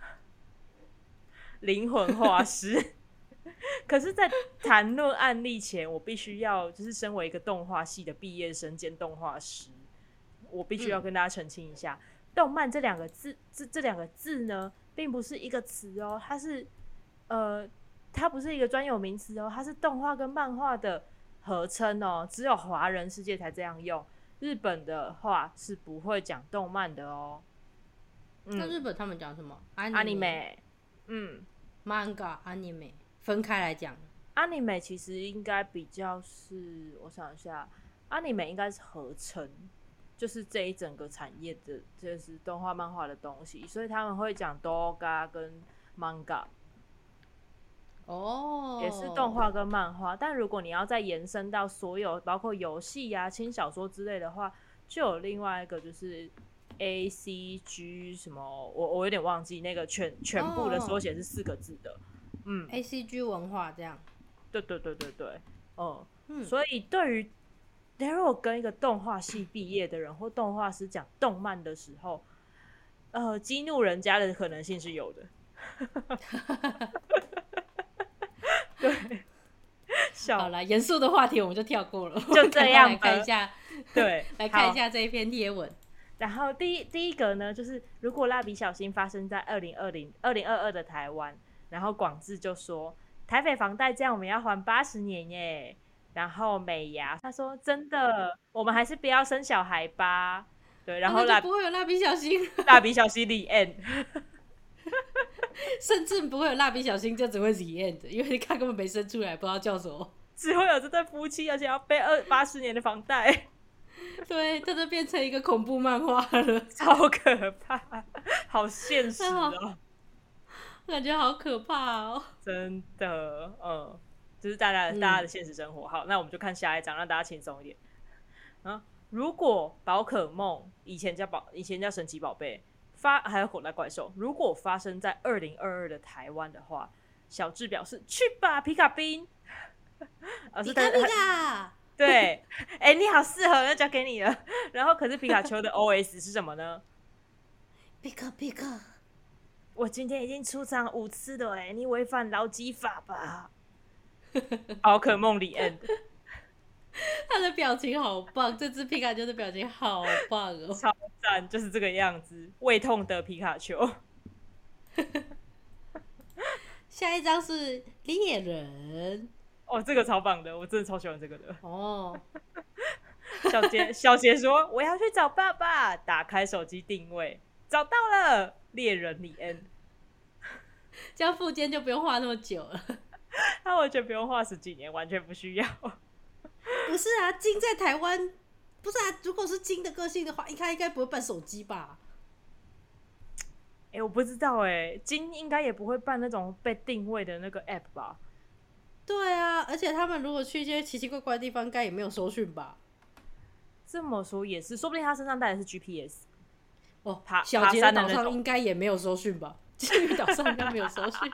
灵魂画师。可是，在谈论案例前，我必须要就是身为一个动画系的毕业生兼动画师，我必须要跟大家澄清一下，嗯、动漫这两个字，这这两个字呢，并不是一个词哦，它是呃，它不是一个专有名词哦，它是动画跟漫画的合称哦，只有华人世界才这样用，日本的话是不会讲动漫的哦。 嗯、那日本他们讲什么 ？anime， 嗯 ，manga anime。分开来讲 ，anime 其实应该比较是，我想一下 ，anime 应该是合成，就是这一整个产业的，就是动画、漫画的东西，所以他们会讲 doga 跟 manga， 哦， 也是动画跟漫画。但如果你要再延伸到所有，包括游戏啊、轻小说之类的话，就有另外一个就是 A C G 什么，我我有点忘记那个全全部的缩写是四个字的。哦嗯 ，A C G 文化这样， 对对对对对，嗯，嗯所以对于如果跟一个动画系毕业的人或动画师讲动漫的时候，呃，激怒人家的可能性是有的。对， 好啦，严肃的话题我们就跳过了， 就这样来看一下， 对， 来看一下这一篇贴文。 然后第一第一个呢，就是如果蜡笔小新发生在二零二零二零二二的台湾。然后广志就说台北房贷这样我们要还八十年耶，然后美牙他说真的我们还是不要生小孩吧，对，然后就不会有蜡笔小新， 蜡笔小新 the end， 甚至不会有蜡笔小新，就只会 the end， 因为他根本没生出来，不知道叫什么， 只会有这对夫妻，而且要背二八十年的房贷， 对，这就变成一个恐怖漫画了， 超可怕，好现实哦。 感觉好可怕哦！ 真的，嗯，就是大家、嗯、大家的现实生活。好，那我们就看下一章，让大家轻松一点。啊，如果宝可梦以前叫宝，以前叫神奇宝贝，发还有口袋怪兽，如果发生在二零二二的台湾的话，小智表示去吧，皮卡兵。 皮卡皮卡， 对，哎、欸，你好适合，那交给你了。然后，可是皮卡丘的 O S 是什么呢？ 皮卡皮卡。 我今天已经出场五次了，哎，你违反劳基法吧？宝可梦里 end， 他的表情好棒，这只皮卡丘的表情好棒哦， 超赞，就是这个样子，胃痛的皮卡丘。 下一张是猎人， 哦，这个超棒的，我真的超喜欢这个的。 哦， 小杰，小杰说我要去找爸爸，打开手机定位，找到了。猎人李恩， 这样附件就不用画那么久了。 他完全不用画十几年，完全不需要。 不是啊，金在台湾，不是啊。如果是金的个性的话，他应该不会办手机吧？ 哎、欸，我不知道哎、欸，金应该也不会办那种被定位的那个 app 吧？ 对啊，而且他们如果去一些奇奇怪怪的地方，应该也没有收讯吧？ 这么说也是，说不定他身上带的是 G P S。 哦，小杰的岛上应该也没有收讯吧？金鱼岛上应该没有收讯。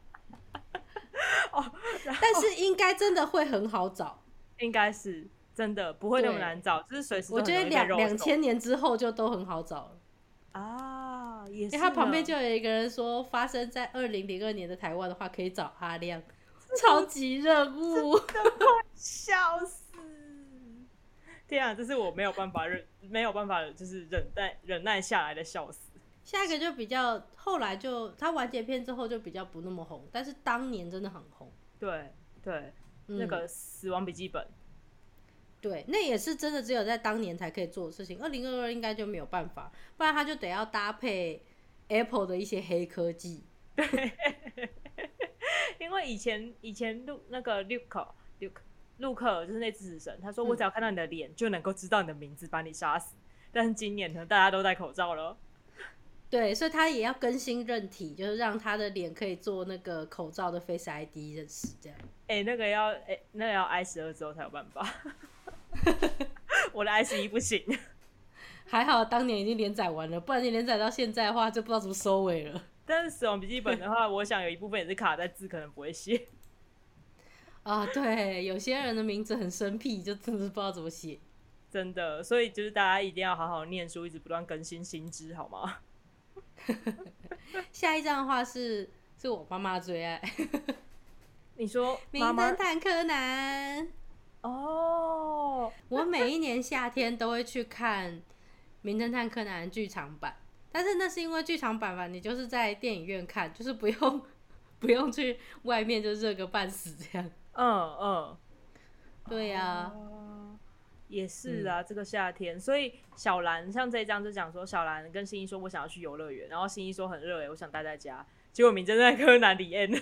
哦， 但是应该真的会很好找， 应该是真的不会那么难找，就是随时都很容易被肉搜。 我觉得两两千年之后就都很好找了啊，也是。 欸、他旁边就有一个人说，发生在二零零二年的台湾的话，可以找阿亮，超级任务， 真的快笑死！天啊，这是我没有办法忍，没有办法就是忍耐忍耐下来的笑死。 下一个就比较后来就他完结篇之后就比较不那么红，但是当年真的很红。 对对、嗯，那个《死亡笔记本》， 对，那也是真的只有在当年才可以做的事情。二零二二应该就没有办法，不然他就得要搭配 Apple 的一些黑科技。 对，因为以前以前路那个 Luke Luke 陆克就是那只死神，他说我只要看到你的脸、嗯、就能够知道你的名字，把你杀死。但是今年呢，大家都戴口罩了。 对，所以他也要更新韧体，就是让他的脸可以做那个口罩的 Face I D 认识，这样。 哎、欸，那个要哎、欸，那个要 I 十二之后才有办法，我的 I 十一不行。 还好当年已经连载完了，不然你连载到现在的话，就不知道怎么收尾了。 但是死亡笔记本的话，我想有一部分也是卡在字可能不会写。 啊，对，有些人的名字很生僻，就真的是不知道怎么写。 真的，所以就是大家一定要好好念书，一直不断更新新知，好吗？ 下一张的话是是我妈妈最爱。 你说名妈妈侦探柯南哦， 我每一年夏天都会去看《名侦探柯南》剧场版，但是那是因为剧场版吧，你就是在电影院看，就是不用不用去外面就热个半死这样。 嗯嗯， 对呀、啊哦，也是啊、嗯，这个夏天，所以小兰像这一张就讲说，小兰跟新一说我想要去游乐园，然后新一说很热哎，我想待在家，结果名侦探柯南里面。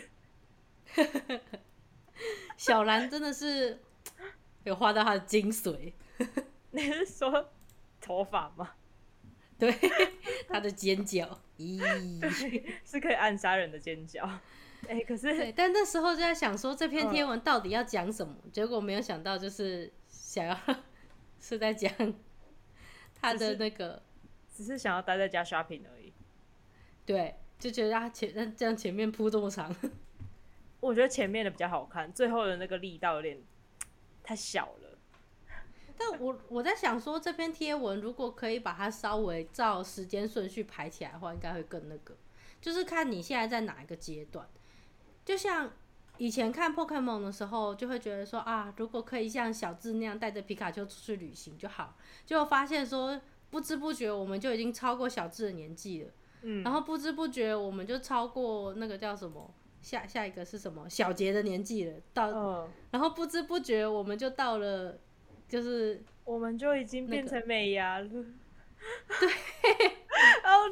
小兰真的是有画到她的精髓。 你是说头发吗？ 对，她的尖角，咦， 是可以暗杀人的尖角。哎、欸，可是对，但那时候就在想说这篇贴文到底要讲什么、嗯，结果没有想到就是想要是在讲他的那个只，只是想要待在家 shopping 而已。 对，就觉得他前这样前面铺这么长。 我觉得前面的比较好看，最后的那个力道有点太小了。 但我我在想说，这篇贴文如果可以把它稍微照时间顺序排起来的话，应该会更那个。就是看你现在在哪一个阶段。就像以前看 Pokemon 的时候，就会觉得说啊，如果可以像小智那样带着皮卡丘出去旅行就好。结果发现说，不知不觉我们就已经超过小智的年纪了。嗯，然后不知不觉我们就超过那个叫什么？下下一个是什么？小杰的年纪了，到、哦，然后不知不觉我们就到了，就是我们就已经变成美牙了。 对 ，Oh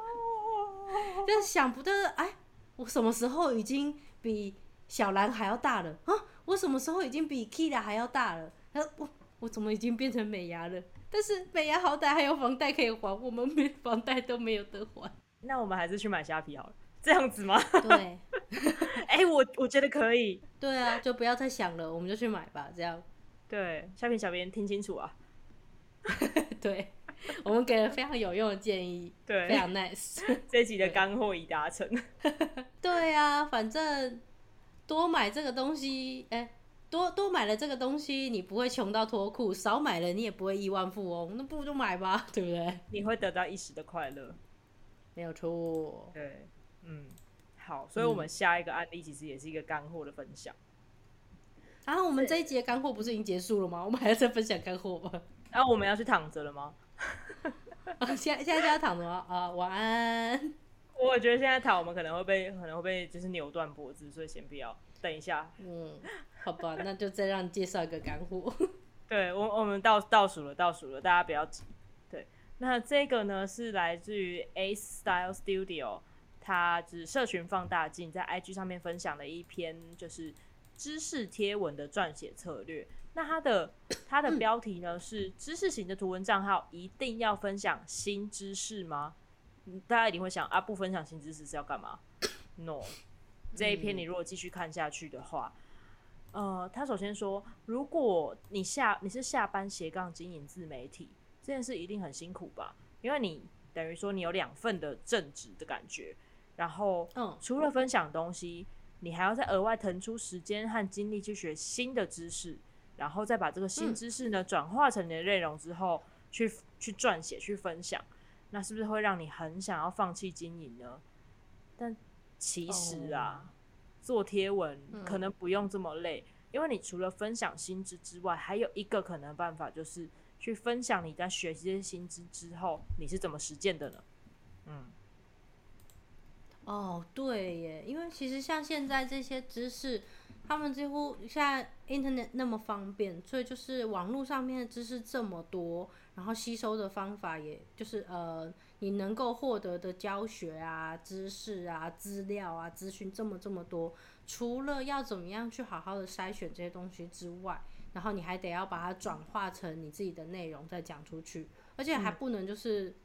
no！ 就是想不到，哎，我什么时候已经比小兰还要大了啊？我什么时候已经比 Kira 还要大了？我我怎么已经变成美牙了？但是美牙好歹还有房贷可以还，我们连房贷都没有得还。 那我们还是去买虾皮好了。这样子吗？ 对， 哎、欸，我我觉得可以。 对啊，就不要再想了，我们就去买吧，这样。 对，虾皮小编听清楚啊。 对，我们给了非常有用的建议， 对， 非常 nice。 这一集的干货已达成。 对啊，反正多买这个东西，哎、欸，多多买了这个东西，你不会穷到脱裤；少买了，你也不会亿万富翁。那不如就买吧，对不对？ 你会得到一时的快乐， 没有错。 对。嗯，好，所以我们下一个案例其实也是一个干货的分享。 然、嗯、后、啊、我们这一集的干货不是已经结束了吗？我们还要再分享干货吗？ 然、啊、后我们要去躺着了吗？ 啊，现在现在就要躺着吗？啊，晚安。 我觉得现在躺，我们可能会被可能会被就是扭断脖子，所以先不要。等一下。 嗯，好吧，那就再让你介绍一个干货。 对，我我们倒倒数了，倒数了，大家不要急。对，那这个呢是来自于 Ace Style Studio。他就是社群放大镜在 I G 上面分享了一篇就是知识贴文的撰写策略。那他的他的标题呢是知识型的图文账号一定要分享新知识吗？大家一定会想啊，不分享新知识是要干嘛 ？No， 这一篇你如果继续看下去的话，呃，他首先说，如果你下你是下班斜杠经营自媒体，这件事一定很辛苦吧？因为你等于说你有两份的正职的感觉。然后，除了分享东西，你还要再额外腾出时间和精力去学新的知识，然后再把这个新知识呢转化成你的内容之后，去去撰写、去分享，那是不是会让你很想要放弃经营呢？但其实啊，做贴文可能不用这么累，因为你除了分享新知之外，还有一个可能办法就是去分享你在学习这些新知之后，你是怎么实践的呢？嗯。 哦，对耶，因为其实像现在这些知识，他们几乎现在 internet 那么方便，所以就是网络上面的知识这么多，然后吸收的方法也就是呃，你能够获得的教学啊、知识啊、资料啊、资讯这么这么多，除了要怎么样去好好的筛选这些东西之外，然后你还得要把它转化成你自己的内容再讲出去，而且还不能就是。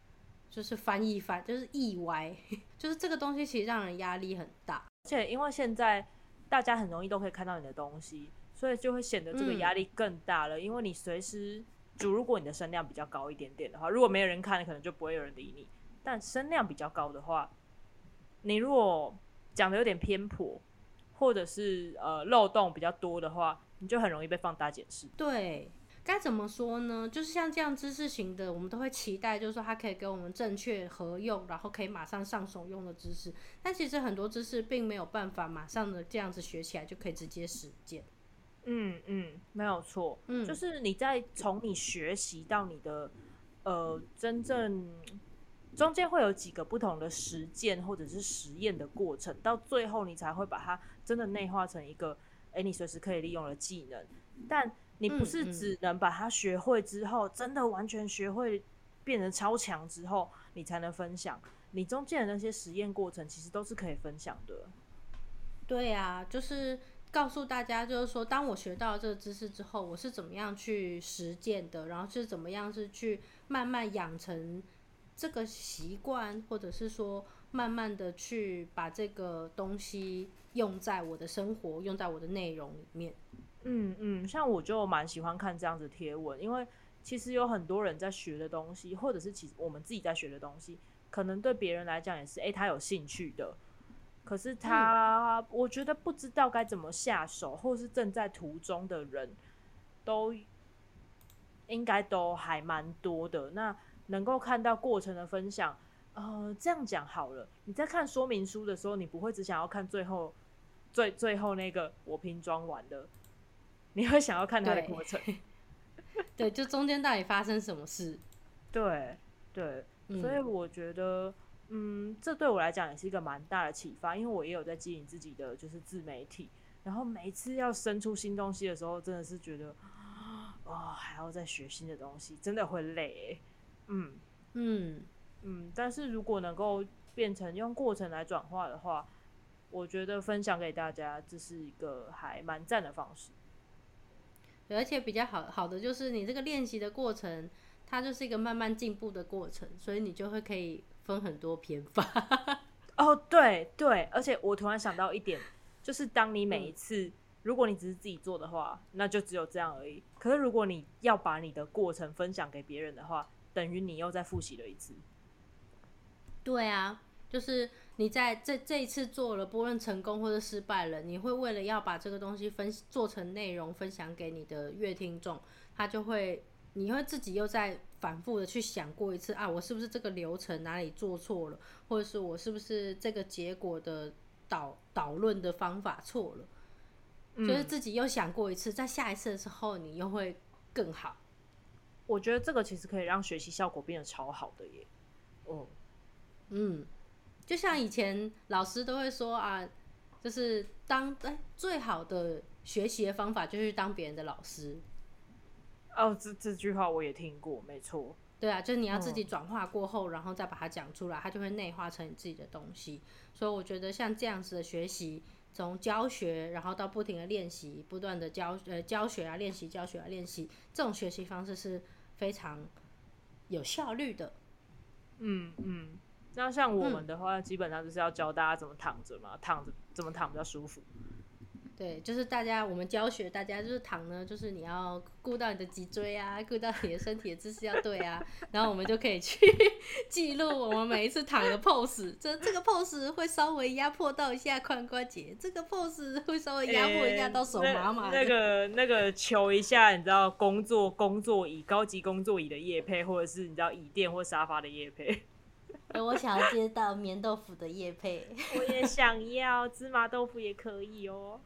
就是翻译翻就是译歪，就是这个东西其实让人压力很大。 而且因为现在大家很容易都可以看到你的东西，所以就会显得这个压力更大了。嗯、因为你随时就如果你的声量比较高一点点的话，如果没有人看，可能就不会有人理你。但声量比较高的话，你如果讲的有点偏颇，或者是呃漏洞比较多的话，你就很容易被放大检视。 对，该怎么说呢？就是像这样知识型的，我们都会期待，就是说它可以给我们正确、合用，然后可以马上上手用的知识。但其实很多知识并没有办法马上的这样子学起来就可以直接实践。 嗯嗯，没有错。嗯，就是你在从你学习到你的呃真正。中间会有几个不同的实践或者是实验的过程，到最后你才会把它真的内化成一个，哎，你随时可以利用的技能。但你不是只能把它学会之后，嗯嗯、真的完全学会，变成超强之后，你才能分享。你中间的那些实验过程，其实都是可以分享的。 对啊，就是告诉大家，就是说，当我学到这个知识之后，我是怎么样去实践的，然后是怎么样是去慢慢养成这个习惯，或者是说慢慢的去把这个东西用在我的生活，用在我的内容里面。 嗯嗯，像我就蛮喜欢看这样子贴文，因为其实有很多人在学的东西，或者是其实我们自己在学的东西，可能对别人来讲也是，哎，他有兴趣的，可是他、嗯、我觉得不知道该怎么下手，或是正在途中的人都应该都还蛮多的。那能够看到过程的分享，呃，这样讲好了，你在看说明书的时候，你不会只想要看最后最最后那个我拼装完的，你会想要看它的过程。 对，对，就中间到底发生什么事？ 对对、嗯，所以我觉得，嗯，这对我来讲也是一个蛮大的启发，因为我也有在经营自己的就是自媒体，然后每一次要生出新东西的时候，真的是觉得，哦，还要再学新的东西，真的会累欸。嗯嗯嗯，但是如果能够变成用过程来转化的话，我觉得分享给大家，这是一个还蛮赞的方式。 对，而且比较好好的就是你这个练习的过程，它就是一个慢慢进步的过程，所以你就会可以分很多篇法。 哦，对对，而且我突然想到一点，就是当你每一次。嗯，如果你只是自己做的话，那就只有这样而已。可是如果你要把你的过程分享给别人的话，等于你又再复习了一次。 对啊，就是你在这这一次做了，不论成功或者失败了，你会为了要把这个东西分做成内容分享给你的乐听众，他就会你会自己又再反复的去想过一次啊，我是不是这个流程哪里做错了，或者是我是不是这个结果的导导论的方法错了。就是自己又想过一次，在下一次的时候你又会更好。 我觉得这个其实可以让学习效果变得超好的耶。哦， 嗯，就像以前老师都会说啊，就是当、欸、最好的学习的方法就是当别人的老师。 哦，这这句话我也听过，没错。 对啊，就是你要自己转化过后，嗯、然后再把它讲出来，它就会内化成你自己的东西。所以我觉得像这样子的学习。从教学，然后到不停的练习，不断的教呃教学啊，练习教学啊，练习，这种学习方式是非常有效率的。 嗯嗯，那像我们的话，嗯、基本上就是要教大家怎么躺着嘛，躺着怎么躺比较舒服。 对，就是大家我们教学，大家就是躺呢，就是你要顾到你的脊椎啊，顾到你的身体的姿势要对啊，然后我们就可以去记录我们每一次躺的 pose， 这这个 pose 会稍微压迫到一下髋关节，这个 pose 会稍微压迫一下到手麻麻的。 欸、那, 那个那个求一下，你知道工作工作椅、高级工作椅的业配，或者是你知道椅垫或沙发的业配。 我想要接到棉豆腐的业配。 我也想要芝麻豆腐也可以哦。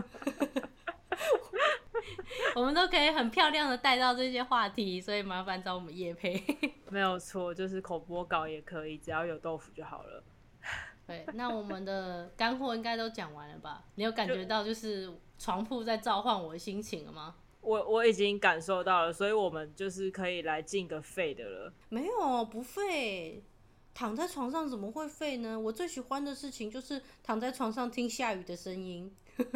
我们都可以很漂亮的带到这些话题，所以麻烦找我们业配。 没有错，就是口播稿也可以，只要有豆腐就好了。 对，那我们的干货应该都讲完了吧？你有感觉到就是床铺在召唤我的心情了吗？ 我我已经感受到了，所以我们就是可以来进个废的了。 没有，不废。躺在床上怎么会废呢？我最喜欢的事情就是躺在床上听下雨的声音。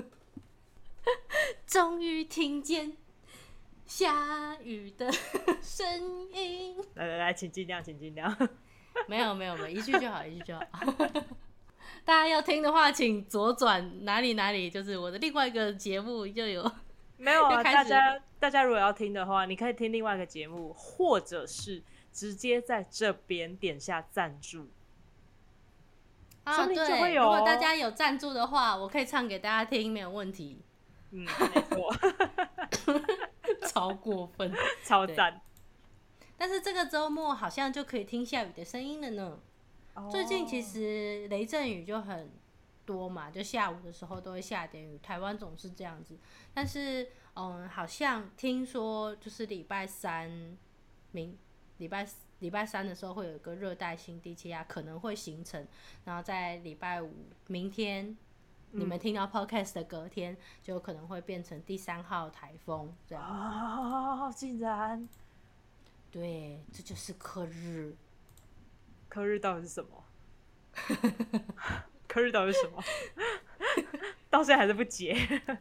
终于听见下雨的声音。 来来来，请尽量，请尽量。 没有没有没有，一句就好，一句就好。大家要听的话，请左转哪里哪里，就是我的另外一个节目就有。 没有啊，大家大家如果要听的话，你可以听另外一个节目，或者是直接在这边点下赞助。 啊，对，如果大家有赞助的话，我可以唱给大家听，没有问题。 嗯，没错， 超过分， 超赞。 但是这个周末好像就可以听下雨的声音了呢。Oh. 最近其实雷阵雨就很多嘛，就下午的时候都会下点雨，台湾总是这样子。但是，嗯，好像听说就是礼拜三，明礼拜礼拜三的时候会有一个热带性低气压可能会形成，然后在礼拜五明天。你们听到 podcast 的隔天，就可能会变成第三号台风这样。 哦，竟然！ 对，这就是科日。 科日到底是什么？科日到底是什么？到现在还是不解。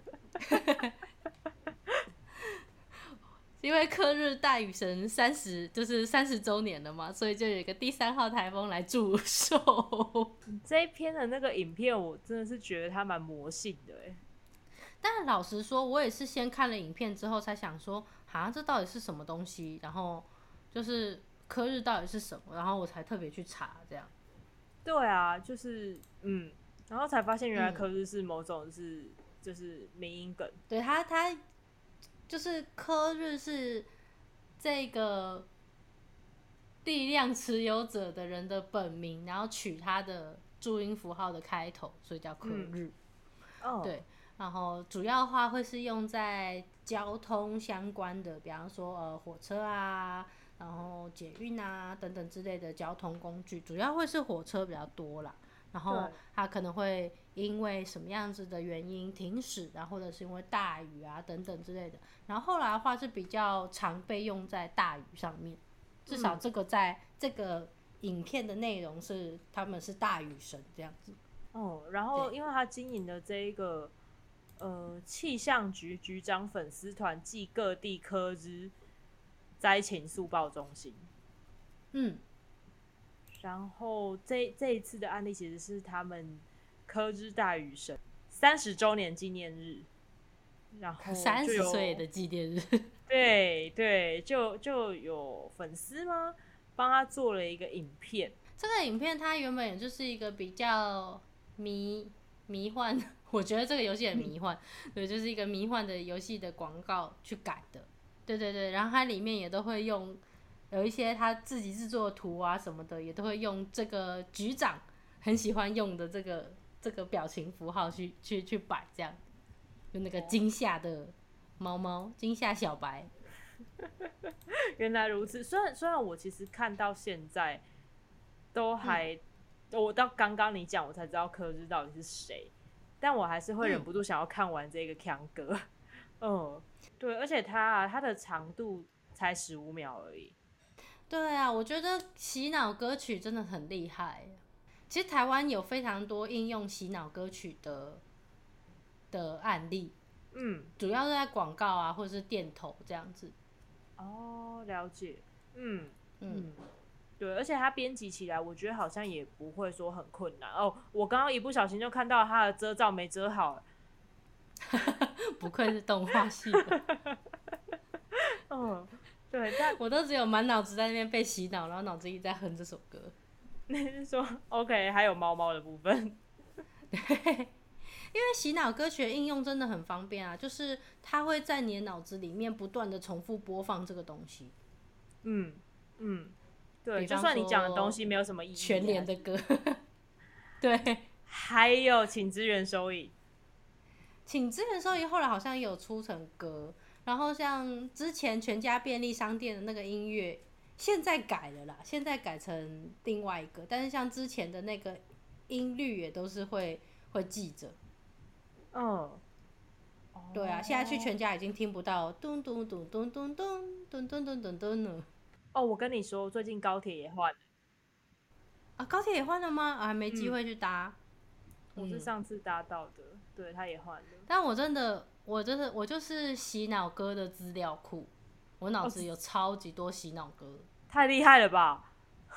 因为科日大雨神三十就是三十周年了嘛，所以就有一个第三号台风来祝寿。 这一篇的那个影片，我真的是觉得它蛮魔性的哎。 但老实说，我也是先看了影片之后才想说，啊，这到底是什么东西？然后就是科日到底是什么？然后我才特别去查这样。 对啊，就是嗯，然后才发现原来科日是某种是、嗯、就是迷因梗。 对他他。就是科日是这个力量持有者的人的本名，然后取他的注音符号的开头，所以叫科日。嗯 oh. 对，然后主要的话会是用在交通相关的，比方说呃火车啊，然后捷运啊等等之类的交通工具，主要会是火车比较多啦。然后它可能会因为什么样子的原因停驶，然后或者是因为大雨啊等等之类的。然后后来的话是比较常被用在大雨上面，至少这个在这个影片的内容是他们是大雨神这样子。 哦，然后因为他经营的这一个呃气象局局长粉丝团暨各地科日灾情速报中心，嗯。然后这这一次的案例其实是他们科日大雨神三十周年纪念日，然后三十岁的纪念日， 对对，就就有粉丝吗帮他做了一个影片。 这个影片它原本也就是一个比较迷迷幻，我觉得这个游戏很迷幻，对，就是一个迷幻的游戏的广告去改的，对对对，然后它里面也都会用。有一些他自己制作的图啊什么的，也都会用这个局长很喜欢用的这个这个表情符号去去去摆，这样，就那个惊吓的猫猫，惊吓小白。 原来如此，虽然虽然我其实看到现在都还，嗯、我到刚刚你讲我才知道科日到底是谁，但我还是会忍不住想要看完这个强歌。嗯，对，而且它啊，它的长度才十五秒而已。 对啊，我觉得洗脑歌曲真的很厉害。其实台湾有非常多应用洗脑歌曲的的案例，嗯，主要是在广告啊，或者是店头这样子。 哦，了解，嗯嗯，对，而且它编辑起来，我觉得好像也不会说很困难哦。我刚刚一不小心就看到它的遮罩没遮好， 不愧是动画系的。 嗯。对，但我都只有满脑子在那边被洗脑，然后脑子一直在哼这首歌。 你是说 OK 还有猫猫的部分？ 对，因为洗脑歌曲的应用真的很方便啊，就是它会在你的脑子里面不断的重复播放这个东西。嗯嗯，对， 就算你讲的东西没有什么意义， 全联的歌，对， 还有请支援收银， 请支援收银后来好像也有出成歌。然后像之前全家便利商店的那个音乐，现在改了啦，现在改成另外一个，但是像之前的那个音律也都是会会记着。嗯，对啊，现在去全家已经听不到咚咚咚咚咚咚咚咚咚咚咚了。 哦，我跟你说，最近高铁也换了。 啊，高铁也换了吗？啊，还没机会去搭。 嗯、我是上次搭到的，对，他也换了。 但我真的。我就是我就是洗脑歌的资料库，我脑子有超级多洗脑歌， 太厉害了吧！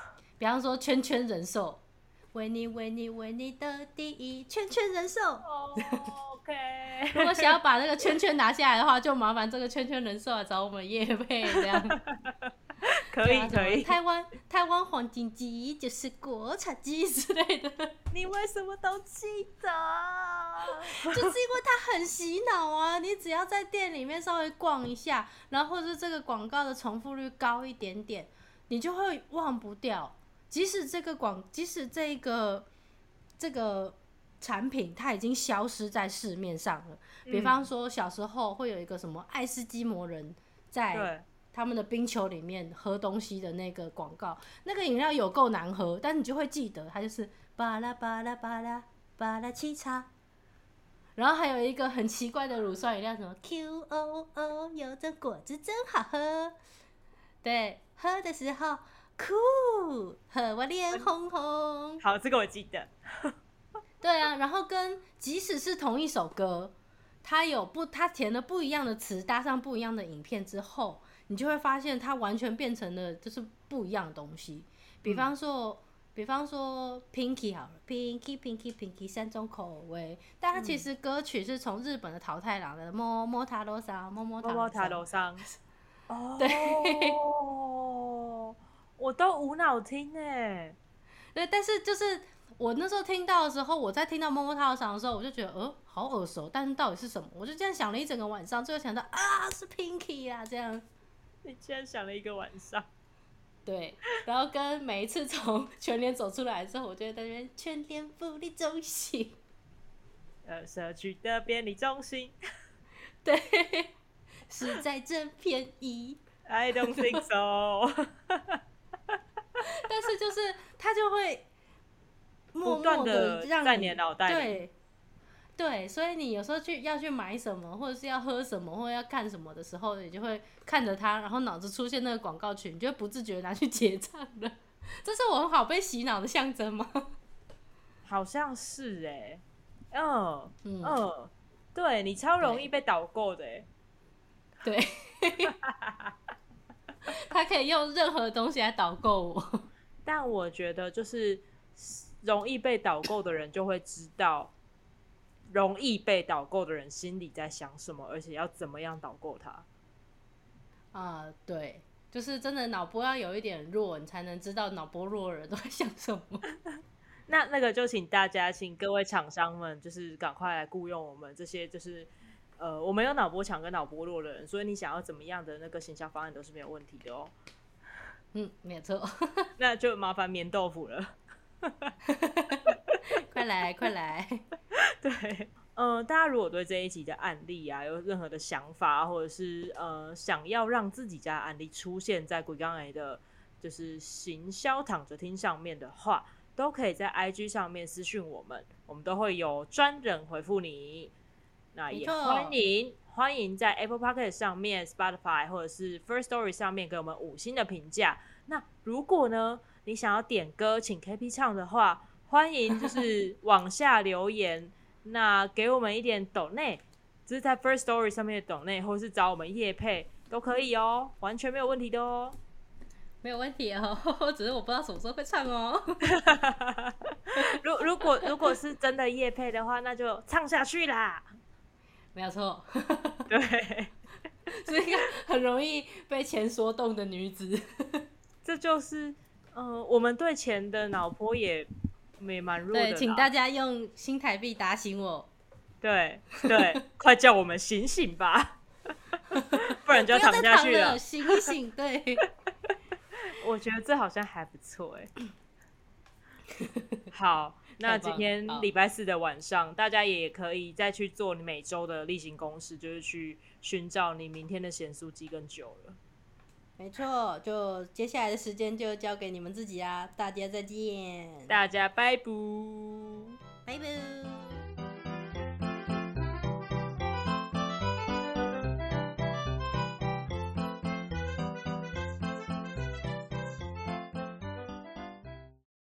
比方说圈圈人寿，为你为你为你的第一圈圈人寿。 哦 OK， 如果想要把那个圈圈拿下来的话，就麻烦这个圈圈人寿来找我们业配这样。 可以可以。 台湾台湾黄金鸡就是国产鸡之类的。 你为什么都记得？ 就是因为它很洗脑啊！你只要在店里面稍微逛一下，然后或是这个广告的重复率高一点点，你就会忘不掉。即使这个广，即使这个这个产品它已经消失在市面上了，比方说小时候会有一个什么爱斯基摩人在他们的冰球里面喝东西的那个广告，那个饮料有够难喝，但你就会记得它就是巴拉巴拉巴拉巴拉七叉。然后还有一个很奇怪的乳酸饮料，什么 Q O O 有这果汁真好喝，对，喝的时候酷，喝我脸红红。 好，这个我记得。 对啊，然后跟即使是同一首歌，它有不它填了不一样的词，搭上不一样的影片之后，你就会发现它完全变成了就是不一样的东西。比方说。嗯比方说 Pinky 好了 ，Pinky Pinky Pinky 三种口味，但它其实歌曲是从日本的桃太郎的摸摸塔罗桑，摸摸塔罗桑。 哦， 对， 我都无脑听哎。 对，但是就是我那时候听到的时候，我在听到摸摸塔罗桑的时候，我就觉得呃好耳熟，但是到底是什么？我就这样想了一整个晚上，最后想到啊是 Pinky 啦，这样。 你竟然想了一个晚上。 对，然后跟每一次从全联走出来之后，我就会在那边全联福利中心， 呃，社区的便利中心， 对，实在真便宜。 I don't think so 。 但是就是他就会默默的让你在你的脑袋里， 对对，所以你有时候去要去买什么，或者是要喝什么，或者要看什么的时候，你就会看着它，然后脑子出现那个广告群，你就会不自觉拿去结账了。这是我很好被洗脑的象征吗？ 好像是哎、欸，嗯嗯, 嗯，对你超容易被导购的哎、 欸，对，他可以用任何东西来导购我， 但我觉得就是容易被导购的人就会知道。容易被导购的人心里在想什么，而且要怎么样导购他。 啊、呃，对，就是真的脑波要有一点弱，你才能知道脑波弱的人都在想什么。 那那个就请大家，请各位厂商们，就是赶快来雇佣我们这些，就是呃，我们有脑波强跟脑波弱的人，所以你想要怎么样的那个行销方案都是没有问题的哦。 嗯，没错。 那就麻烦棉豆腐了。 快来快来。 对，嗯、呃，大家如果对这一集的案例啊有任何的想法，或者是呃想要让自己家的案例出现在鬼刚 A 的，就是行销躺着听上面的话，都可以在 I G 上面私讯我们，我们都会有专人回复你。那也欢迎欢迎在 Apple Podcast 上面、Spotify 或者是 First Story 上面给我们五星的评价。那如果呢，你想要点歌请 K P 唱的话，欢迎就是往下留言。那给我们一点抖内，就是在 First Story 上面的抖内，或是找我们业配都可以哦，完全没有问题的哦， 没有问题哦，只是我不知道什么时候会唱哦。 如如果如果是真的业配的话，那就唱下去啦。 没有错， 对， 是一个很容易被钱说动的女子。 这就是呃，我们对钱的脑波也。也蛮弱的， 对，请大家用新台币打醒我。 对对，快叫我们醒醒吧，不然就要躺下去了。 了醒一醒，对。 我觉得这好像还不错哎。好，那今天礼拜四的晚上，大家也可以再去做你每周的例行公事，就是去寻找你明天的咸酥鸡跟酒了。 没错，就接下来的时间就交给你们自己啦，大家再见， 大家拜拜， 拜拜。